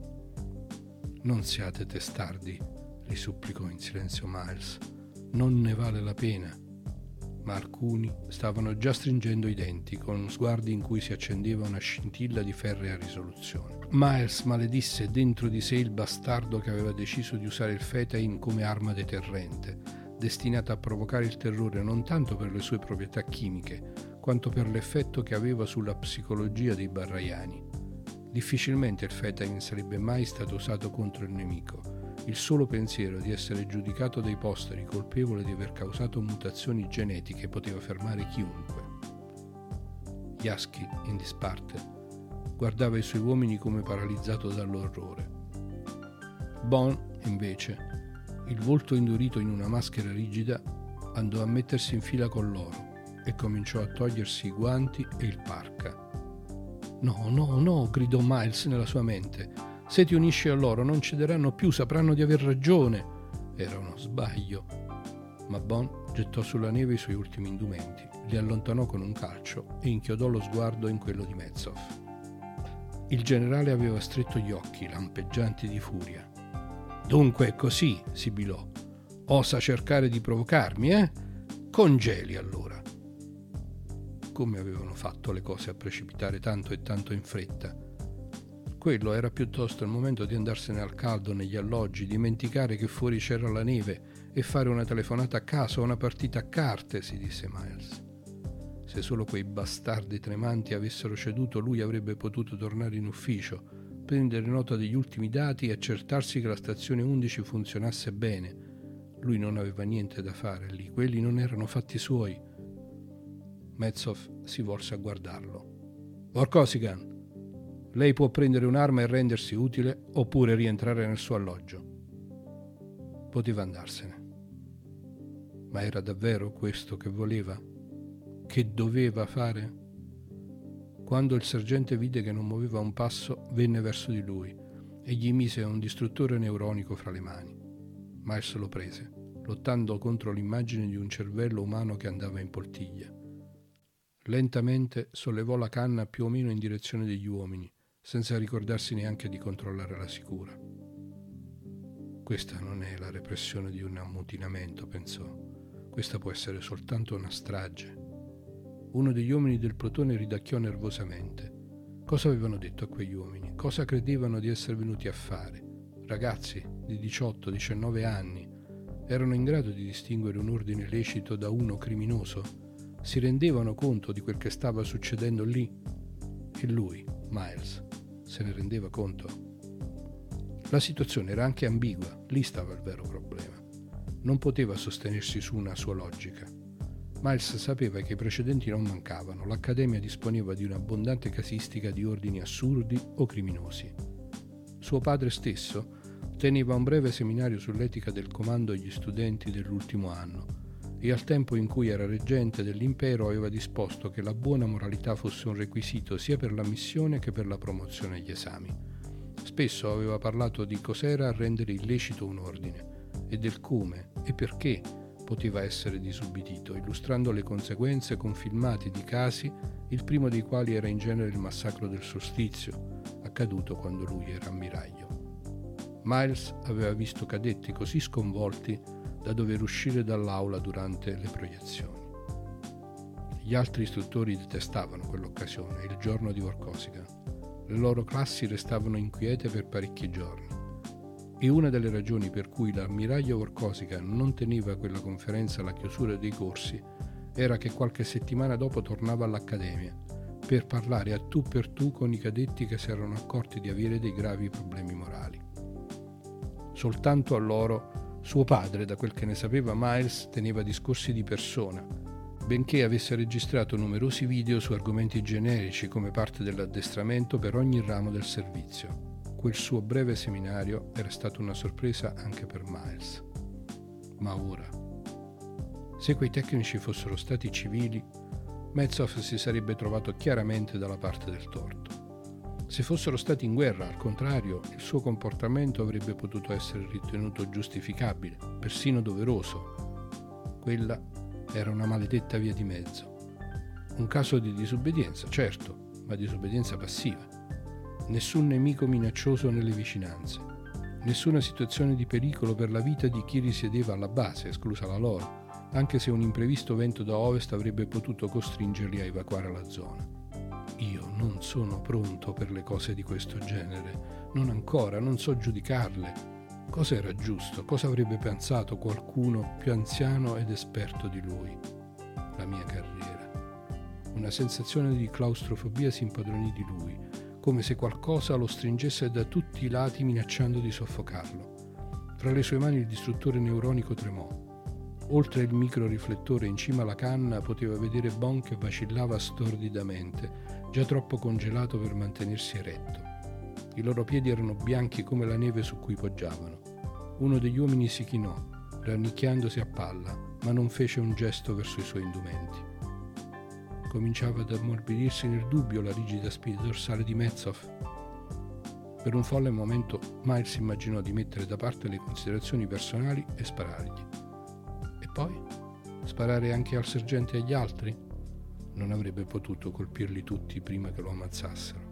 Speaker 1: «Non siate testardi», gli supplicò in silenzio Miles. «Non ne vale la pena». Ma alcuni stavano già stringendo i denti, con sguardi in cui si accendeva una scintilla di ferrea risoluzione. Miles maledisse dentro di sé il bastardo che aveva deciso di usare il Fetain come arma deterrente, destinata a provocare il terrore non tanto per le sue proprietà chimiche, quanto per l'effetto che aveva sulla psicologia dei barraiani. Difficilmente il Fetain sarebbe mai stato usato contro il nemico. Il solo pensiero di essere giudicato dai posteri colpevole di aver causato mutazioni genetiche poteva fermare chiunque. Yasky, in disparte, guardava i suoi uomini come paralizzato dall'orrore. Bond, invece, il volto indurito in una maschera rigida, andò a mettersi in fila con loro e cominciò a togliersi i guanti e il parka. «No, no, no!» gridò Miles nella sua mente. «Se ti unisci a loro non cederanno più, sapranno di aver ragione». Era uno sbaglio. Ma Bond gettò sulla neve i suoi ultimi indumenti, li allontanò con un calcio e inchiodò lo sguardo in quello di Mezov. Il generale aveva stretto gli occhi, lampeggianti di furia. «Dunque è così», sibilò. «Osa cercare di provocarmi, eh? Congeli allora». Come avevano fatto le cose a precipitare tanto e tanto in fretta? Quello era piuttosto il momento di andarsene al caldo negli alloggi, dimenticare che fuori c'era la neve e fare una telefonata a casa o una partita a carte, si disse Miles. Se solo quei bastardi tremanti avessero ceduto, lui avrebbe potuto tornare in ufficio, prendere nota degli ultimi dati e accertarsi che la stazione undici funzionasse bene. Lui non aveva niente da fare lì, quelli non erano fatti suoi. Mezov si volse a guardarlo. «Vorkosigan, lei può prendere un'arma e rendersi utile oppure rientrare nel suo alloggio». Poteva andarsene. Ma era davvero questo che voleva? Che doveva fare? Quando il sergente vide che non muoveva un passo, venne verso di lui e gli mise un distruttore neuronico fra le mani. Miles lo prese, lottando contro l'immagine di un cervello umano che andava in poltiglia. Lentamente sollevò la canna più o meno in direzione degli uomini, senza ricordarsi neanche di controllare la sicura. Questa non è la repressione di un ammutinamento, pensò. Questa può essere soltanto una strage. Uno degli uomini del plotone ridacchiò nervosamente. Cosa avevano detto a quegli uomini? Cosa credevano di essere venuti a fare? Ragazzi di diciotto diciannove anni erano in grado di distinguere un ordine lecito da uno criminoso? Si rendevano conto di quel che stava succedendo lì? E lui, Miles, se ne rendeva conto? La situazione era anche ambigua, lì stava il vero problema. Non poteva sostenersi su una sua logica. Miles sapeva che i precedenti non mancavano, l'Accademia disponeva di un'abbondante casistica di ordini assurdi o criminosi. Suo padre stesso teneva un breve seminario sull'etica del comando agli studenti dell'ultimo anno e al tempo in cui era reggente dell'impero aveva disposto che la buona moralità fosse un requisito sia per l'ammissione che per la promozione agli esami. Spesso aveva parlato di cos'era rendere illecito un ordine e del come e perché poteva essere disubbidito, illustrando le conseguenze con filmati di casi, il primo dei quali era in genere il massacro del solstizio, accaduto quando lui era ammiraglio. Miles aveva visto cadetti così sconvolti da dover uscire dall'aula durante le proiezioni. Gli altri istruttori detestavano quell'occasione, il giorno di Vorkosigan. Le loro classi restavano inquiete per parecchi giorni. E una delle ragioni per cui l'ammiraglio Vorkosigan non teneva quella conferenza alla chiusura dei corsi era che qualche settimana dopo tornava all'Accademia per parlare a tu per tu con i cadetti che si erano accorti di avere dei gravi problemi morali. Soltanto a loro suo padre, da quel che ne sapeva Miles, teneva discorsi di persona, benché avesse registrato numerosi video su argomenti generici come parte dell'addestramento per ogni ramo del servizio. Quel suo breve seminario era stato una sorpresa anche per Miles. Ma ora, se quei tecnici fossero stati civili, Mezzoff si sarebbe trovato chiaramente dalla parte del torto. Se fossero stati in guerra, al contrario, il suo comportamento avrebbe potuto essere ritenuto giustificabile, persino doveroso. Quella era una maledetta via di mezzo. Un caso di disobbedienza, certo, ma disobbedienza passiva. Nessun nemico minaccioso nelle vicinanze. Nessuna situazione di pericolo per la vita di chi risiedeva alla base, esclusa la loro, anche se un imprevisto vento da ovest avrebbe potuto costringerli a evacuare la zona. Io non sono pronto per le cose di questo genere, non ancora, non so giudicarle. Cosa era giusto? Cosa avrebbe pensato qualcuno più anziano ed esperto di lui? La mia carriera. Una sensazione di claustrofobia si impadronì di lui, come se qualcosa lo stringesse da tutti i lati minacciando di soffocarlo. Fra le sue mani il distruttore neuronico tremò. Oltre il microriflettore in cima alla canna poteva vedere Bond che vacillava stordidamente, già troppo congelato per mantenersi eretto. I loro piedi erano bianchi come la neve su cui poggiavano. Uno degli uomini si chinò, rannicchiandosi a palla, ma non fece un gesto verso i suoi indumenti. Cominciava ad ammorbidirsi nel dubbio la rigida spina dorsale di Mezzoff. Per un folle momento Miles immaginò di mettere da parte le considerazioni personali e sparargli. E poi? Sparare anche al sergente e agli altri? Non avrebbe potuto colpirli tutti prima che lo ammazzassero.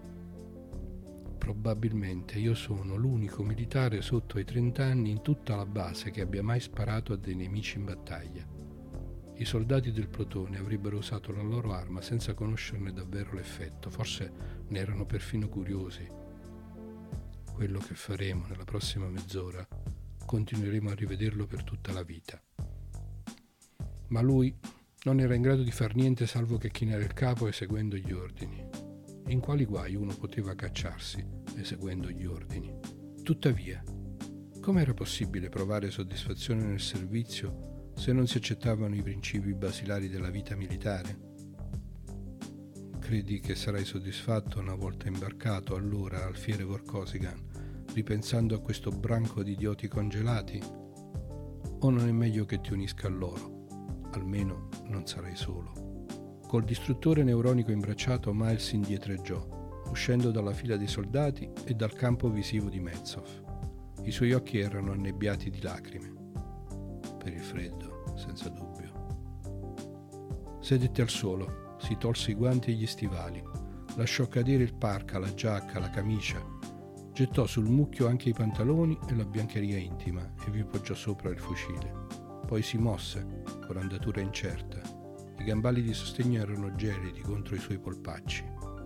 Speaker 1: Probabilmente io sono l'unico militare sotto ai trenta anni in tutta la base che abbia mai sparato a dei nemici in battaglia. I soldati del plotone avrebbero usato la loro arma senza conoscerne davvero l'effetto, forse ne erano perfino curiosi. Quello che faremo nella prossima mezz'ora continueremo a rivederlo per tutta la vita. Ma lui non era in grado di far niente salvo che chinare il capo eseguendo gli ordini. In quali guai uno poteva cacciarsi eseguendo gli ordini? Tuttavia, come era possibile provare soddisfazione nel servizio se non si accettavano i principi basilari della vita militare? Credi che sarai soddisfatto una volta imbarcato allora alfiere Vorkosigan, ripensando a questo branco di idioti congelati? O non è meglio che ti unisca a loro? Almeno non sarai solo. Col distruttore neuronico imbracciato Miles indietreggiò, uscendo dalla fila dei soldati e dal campo visivo di Mezzoff. I suoi occhi erano annebbiati di lacrime. Per il freddo, senza dubbio. Sedette al suolo, si tolse i guanti e gli stivali, lasciò cadere il parka, la giacca, la camicia, gettò sul mucchio anche i pantaloni e la biancheria intima e vi poggiò sopra il fucile. Poi si mosse, con andatura incerta. I gambali di sostegno erano gelidi contro i suoi polpacci.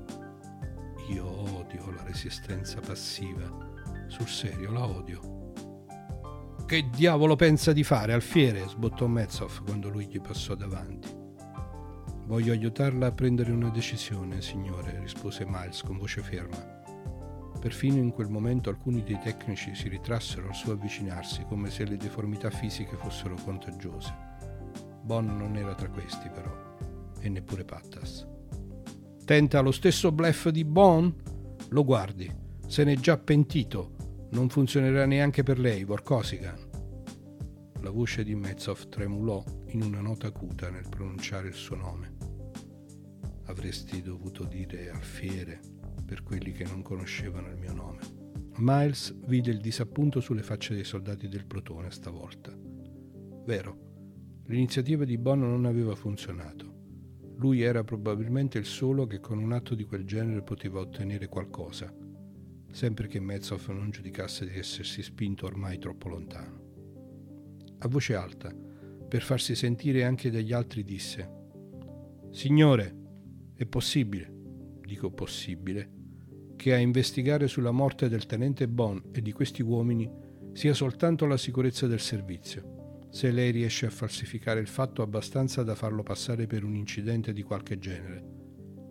Speaker 1: Io odio la resistenza passiva. Sul serio, la odio. Che diavolo pensa di fare, alfiere? Sbottò Mezzoff quando lui gli passò davanti. Voglio aiutarla a prendere una decisione, signore, rispose Miles con voce ferma. Perfino in quel momento alcuni dei tecnici si ritrassero al suo avvicinarsi, come se le deformità fisiche fossero contagiose. Bond non era tra questi, però, e neppure Pattas. Tenta lo stesso bluff di Bond? Lo guardi, se n'è già pentito. Non funzionerà neanche per lei, Vorkosigan. La voce di Mezzoff tremulò in una nota acuta nel pronunciare il suo nome. Avresti dovuto dire alfiere, per quelli che non conoscevano il mio nome. Miles vide il disappunto sulle facce dei soldati del plotone stavolta. Vero, l'iniziativa di Bond non aveva funzionato. Lui era probabilmente il solo che con un atto di quel genere poteva ottenere qualcosa, sempre che Mezzoff non giudicasse di essersi spinto ormai troppo lontano. A voce alta, per farsi sentire anche dagli altri, disse: «Signore, è possibile, dico possibile, che a investigare sulla morte del tenente Bond e di questi uomini sia soltanto la sicurezza del servizio, se lei riesce a falsificare il fatto abbastanza da farlo passare per un incidente di qualche genere.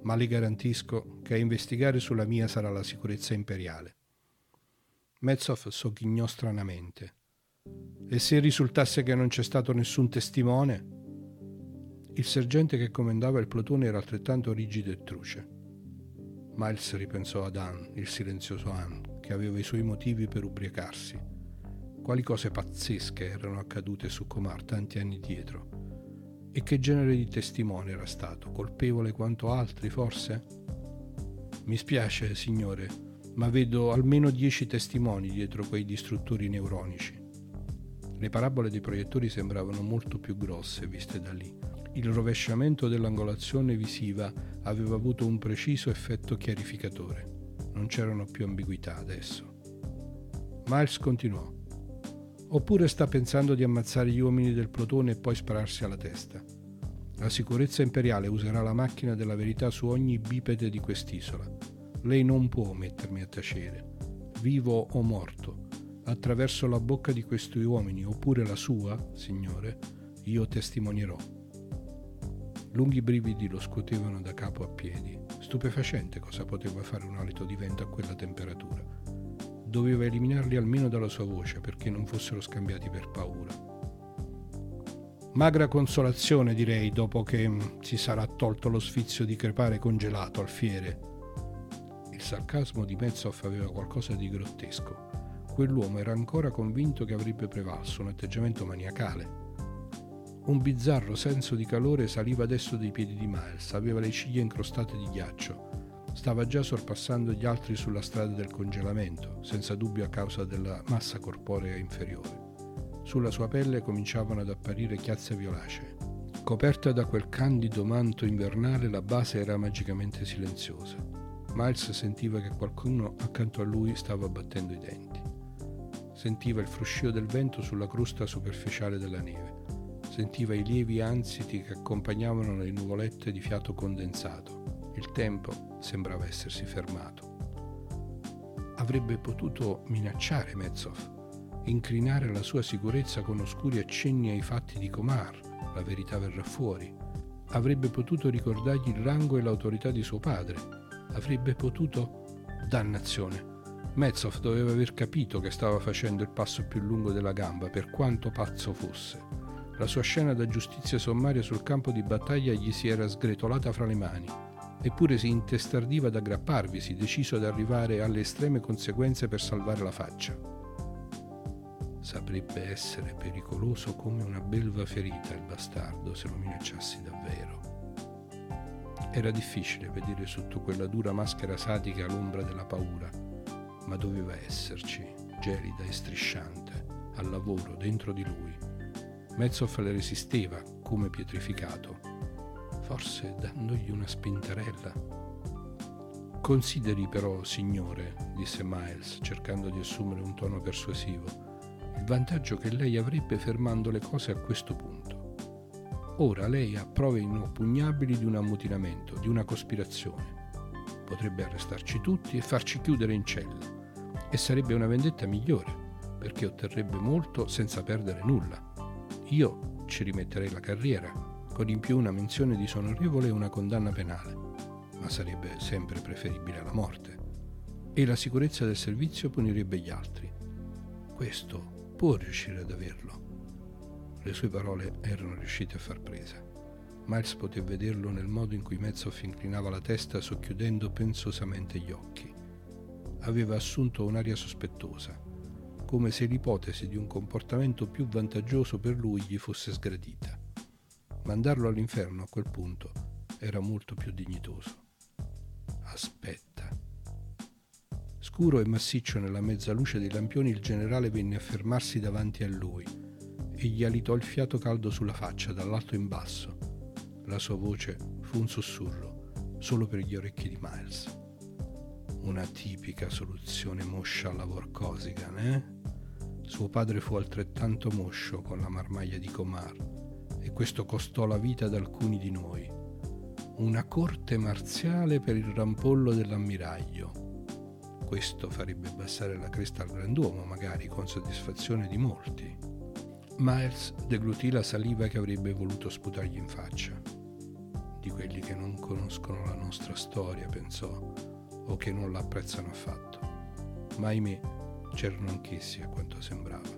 Speaker 1: ma le garantisco che a investigare sulla mia sarà la sicurezza imperiale. Mezzoff sogghignò stranamente. E se risultasse che non c'è stato nessun testimone? Il sergente che comandava il plotone era altrettanto rigido e truce. Miles ripensò ad Han, il silenzioso Han, che aveva i suoi motivi per ubriacarsi. Quali cose pazzesche erano accadute su Comar tanti anni dietro? E che genere di testimone era stato? Colpevole quanto altri, forse? Mi spiace, signore, ma vedo almeno dieci testimoni dietro quei distruttori neuronici. Le parabole dei proiettori sembravano molto più grosse viste da lì. Il rovesciamento dell'angolazione visiva aveva avuto un preciso effetto chiarificatore. Non c'erano più ambiguità adesso. Miles continuò. Oppure sta pensando di ammazzare gli uomini del plotone e poi spararsi alla testa. La sicurezza imperiale userà la macchina della verità su ogni bipede di quest'isola. Lei non può mettermi a tacere. Vivo o morto, attraverso la bocca di questi uomini, oppure la sua, signore, io testimonierò. Lunghi brividi lo scuotevano da capo a piedi. Stupefacente cosa poteva fare un alito di vento a quella temperatura. Doveva eliminarli almeno dalla sua voce perché non fossero scambiati per paura. Magra consolazione, direi, dopo che si sarà tolto lo sfizio di crepare congelato al fiere. Il sarcasmo di Mezzoff aveva qualcosa di grottesco. Quell'uomo era ancora convinto che avrebbe prevalso un atteggiamento maniacale. Un bizzarro senso di calore saliva adesso dai piedi di Miles, aveva le ciglia incrostate di ghiaccio. Stava già sorpassando gli altri sulla strada del congelamento, senza dubbio a causa della massa corporea inferiore. Sulla sua pelle cominciavano ad apparire chiazze violacee. Coperta da quel candido manto invernale, la base era magicamente silenziosa. Miles sentiva che qualcuno accanto a lui stava battendo i denti. Sentiva il fruscio del vento sulla crosta superficiale della neve. Sentiva i lievi ansiti che accompagnavano le nuvolette di fiato condensato. Il tempo sembrava essersi fermato. Avrebbe potuto minacciare Mezzoff, incrinare la sua sicurezza con oscuri accenni ai fatti di Comar. La verità verrà fuori. Avrebbe potuto ricordargli il rango e l'autorità di suo padre. Avrebbe potuto... Dannazione! Mezzoff doveva aver capito che stava facendo il passo più lungo della gamba, per quanto pazzo fosse. La sua scena da giustizia sommaria sul campo di battaglia gli si era sgretolata fra le mani. Eppure si intestardiva ad aggrapparvisi, deciso ad arrivare alle estreme conseguenze per salvare la faccia. Saprebbe essere pericoloso come una belva ferita il bastardo se lo minacciassi davvero. Era difficile vedere sotto quella dura maschera satica l'ombra della paura, ma doveva esserci, gelida e strisciante, al lavoro dentro di lui. Mezzoff le resisteva, come pietrificato. Forse dandogli una spintarella. Consideri però, signore, disse Miles, cercando di assumere un tono persuasivo, il vantaggio che lei avrebbe fermando le cose a questo punto. Ora lei ha prove inoppugnabili di un ammutinamento, di una cospirazione. Potrebbe arrestarci tutti e farci chiudere in cella. E sarebbe una vendetta migliore, perché otterrebbe molto senza perdere nulla. Io ci rimetterei la carriera, con in più una menzione disonorevole e una condanna penale, ma sarebbe sempre preferibile alla morte. E la sicurezza del servizio punirebbe gli altri. Questo può riuscire ad averlo. Le sue parole erano riuscite a far presa. Miles poté vederlo nel modo in cui Mezzoff inclinava la testa socchiudendo pensosamente gli occhi. Aveva assunto un'aria sospettosa, come se l'ipotesi di un comportamento più vantaggioso per lui gli fosse sgradita. Mandarlo all'inferno a quel punto era molto più dignitoso. Aspetta. Scuro e massiccio nella mezza luce dei lampioni, il generale venne a fermarsi davanti a lui e gli alitò il fiato caldo sulla faccia dall'alto in basso. La sua voce fu un sussurro, solo per gli orecchi di Miles. Una tipica soluzione moscia alla Vorkosigan, eh? Suo padre fu altrettanto moscio con la marmaglia di Comar, e questo costò la vita ad alcuni di noi. Una corte marziale per il rampollo dell'ammiraglio. Questo farebbe abbassare la cresta al granduomo, magari con soddisfazione di molti. Miles deglutì la saliva che avrebbe voluto sputargli in faccia. di quelli che non conoscono la nostra storia, pensò, o che non la apprezzano affatto. Ma ahimè, c'erano anch'essi a quanto sembrava.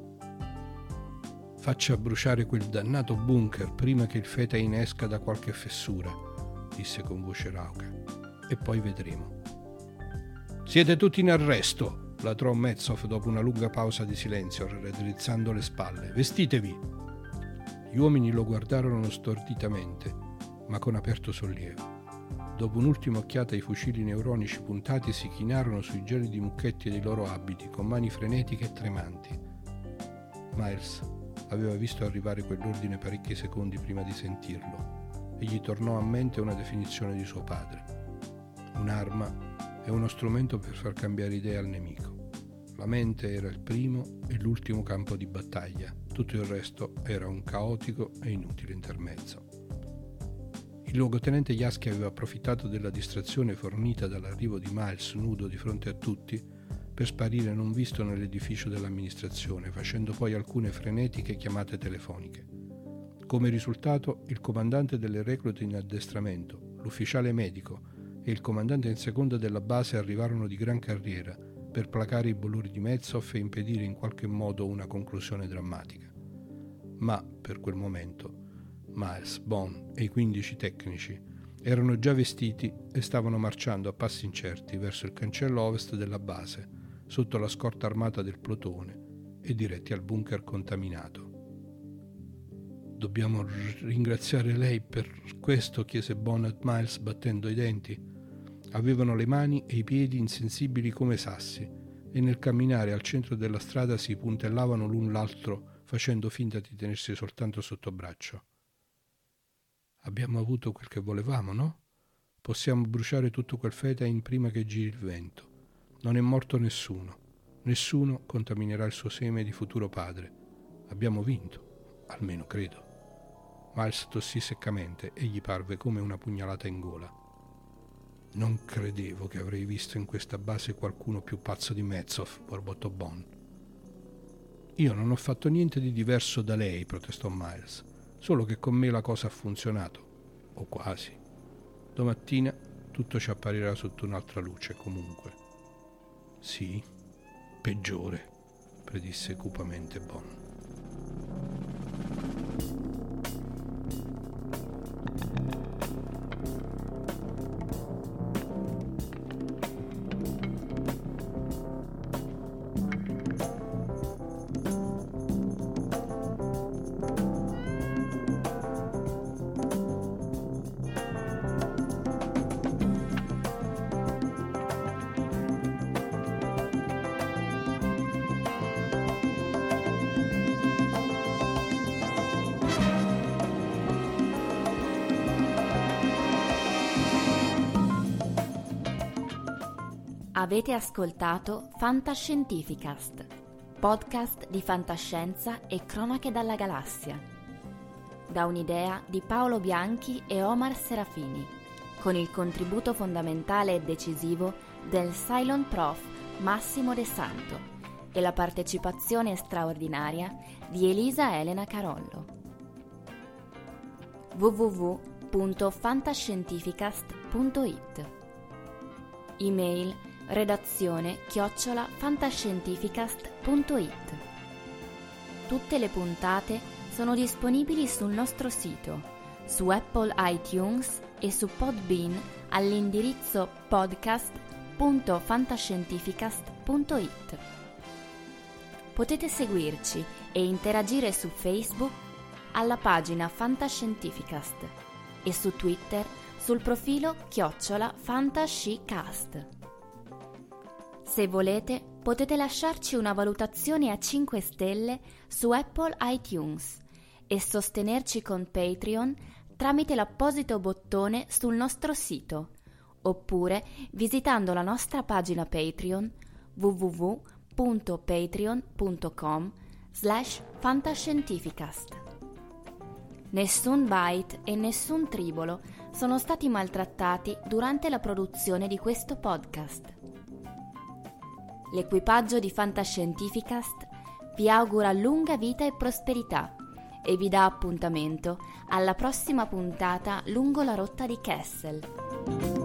Speaker 1: Faccia bruciare quel dannato bunker prima che il feta innesca da qualche fessura, disse con voce rauca, e poi vedremo. Siete tutti in arresto, latrò Mezzoff dopo una lunga pausa di silenzio, raddrizzando le spalle. Vestitevi! Gli uomini lo guardarono storditamente, ma con aperto sollievo. Dopo un'ultima occhiata ai fucili neuronici puntati, si chinarono sui gelidi mucchetti dei loro abiti con mani frenetiche e tremanti. Miles aveva visto arrivare quell'ordine parecchi secondi prima di sentirlo e gli tornò a mente una definizione di suo padre. Un'arma è uno strumento per far cambiare idea al nemico. La mente era il primo e l'ultimo campo di battaglia, tutto il resto era un caotico e inutile intermezzo. Il luogotenente Jaschi aveva approfittato della distrazione fornita dall'arrivo di Miles nudo di fronte a tutti per sparire non visto nell'edificio dell'amministrazione, facendo poi alcune frenetiche chiamate telefoniche. Come risultato, il comandante delle reclute in addestramento, l'ufficiale medico e il comandante in seconda della base arrivarono di gran carriera per placare i bolori di Mezzoff e impedire in qualche modo una conclusione drammatica. Ma, per quel momento, Miles, Bond e i quindici tecnici erano già vestiti e stavano marciando a passi incerti verso il cancello ovest della base, sotto la scorta armata del plotone e diretti al bunker contaminato. «Dobbiamo ringraziare lei per questo?» chiese Bond a Miles battendo i denti. Avevano le mani e i piedi insensibili come sassi e nel camminare al centro della strada si puntellavano l'un l'altro facendo finta di tenersi soltanto sotto braccio. «Abbiamo avuto quel che volevamo, no? Possiamo bruciare tutto quel feta in prima che giri il vento. Non è morto nessuno. Nessuno contaminerà il suo seme di futuro padre. Abbiamo vinto, almeno credo». Miles tossì seccamente e gli parve come una pugnalata in gola. «Non credevo che avrei visto in questa base qualcuno più pazzo di Mezzoff», borbottò Bond. «Io non ho fatto niente di diverso da lei», protestò Miles. «Solo che con me la cosa ha funzionato. O quasi. Domattina tutto ci apparirà sotto un'altra luce, comunque». «Sì, peggiore», predisse cupamente Bond.
Speaker 2: Avete ascoltato Fantascientificast, podcast di fantascienza e cronache dalla galassia, da un'idea di Paolo Bianchi e Omar Serafini, con il contributo fondamentale e decisivo del Cylon Prof Massimo De Santo e la partecipazione straordinaria di Elisa Elena Carollo. w w w punto fantascientificast punto i t. Email redazione chiocciola fantascientificast punto i t. Tutte le puntate sono disponibili sul nostro sito, su Apple iTunes e su Podbean all'indirizzo podcast punto fantascientificast punto i t. Potete seguirci e interagire su Facebook alla pagina Fantascientificast e su Twitter sul profilo chiocciola fantascicast. Se volete, potete lasciarci una valutazione a cinque stelle su Apple iTunes e sostenerci con Patreon tramite l'apposito bottone sul nostro sito, oppure visitando la nostra pagina Patreon w w w punto patreon punto com slash fantascientificast. Nessun byte e nessun tribolo sono stati maltrattati durante la produzione di questo podcast. L'equipaggio di Fantascientificast vi augura lunga vita e prosperità e vi dà appuntamento alla prossima puntata lungo la rotta di Kessel.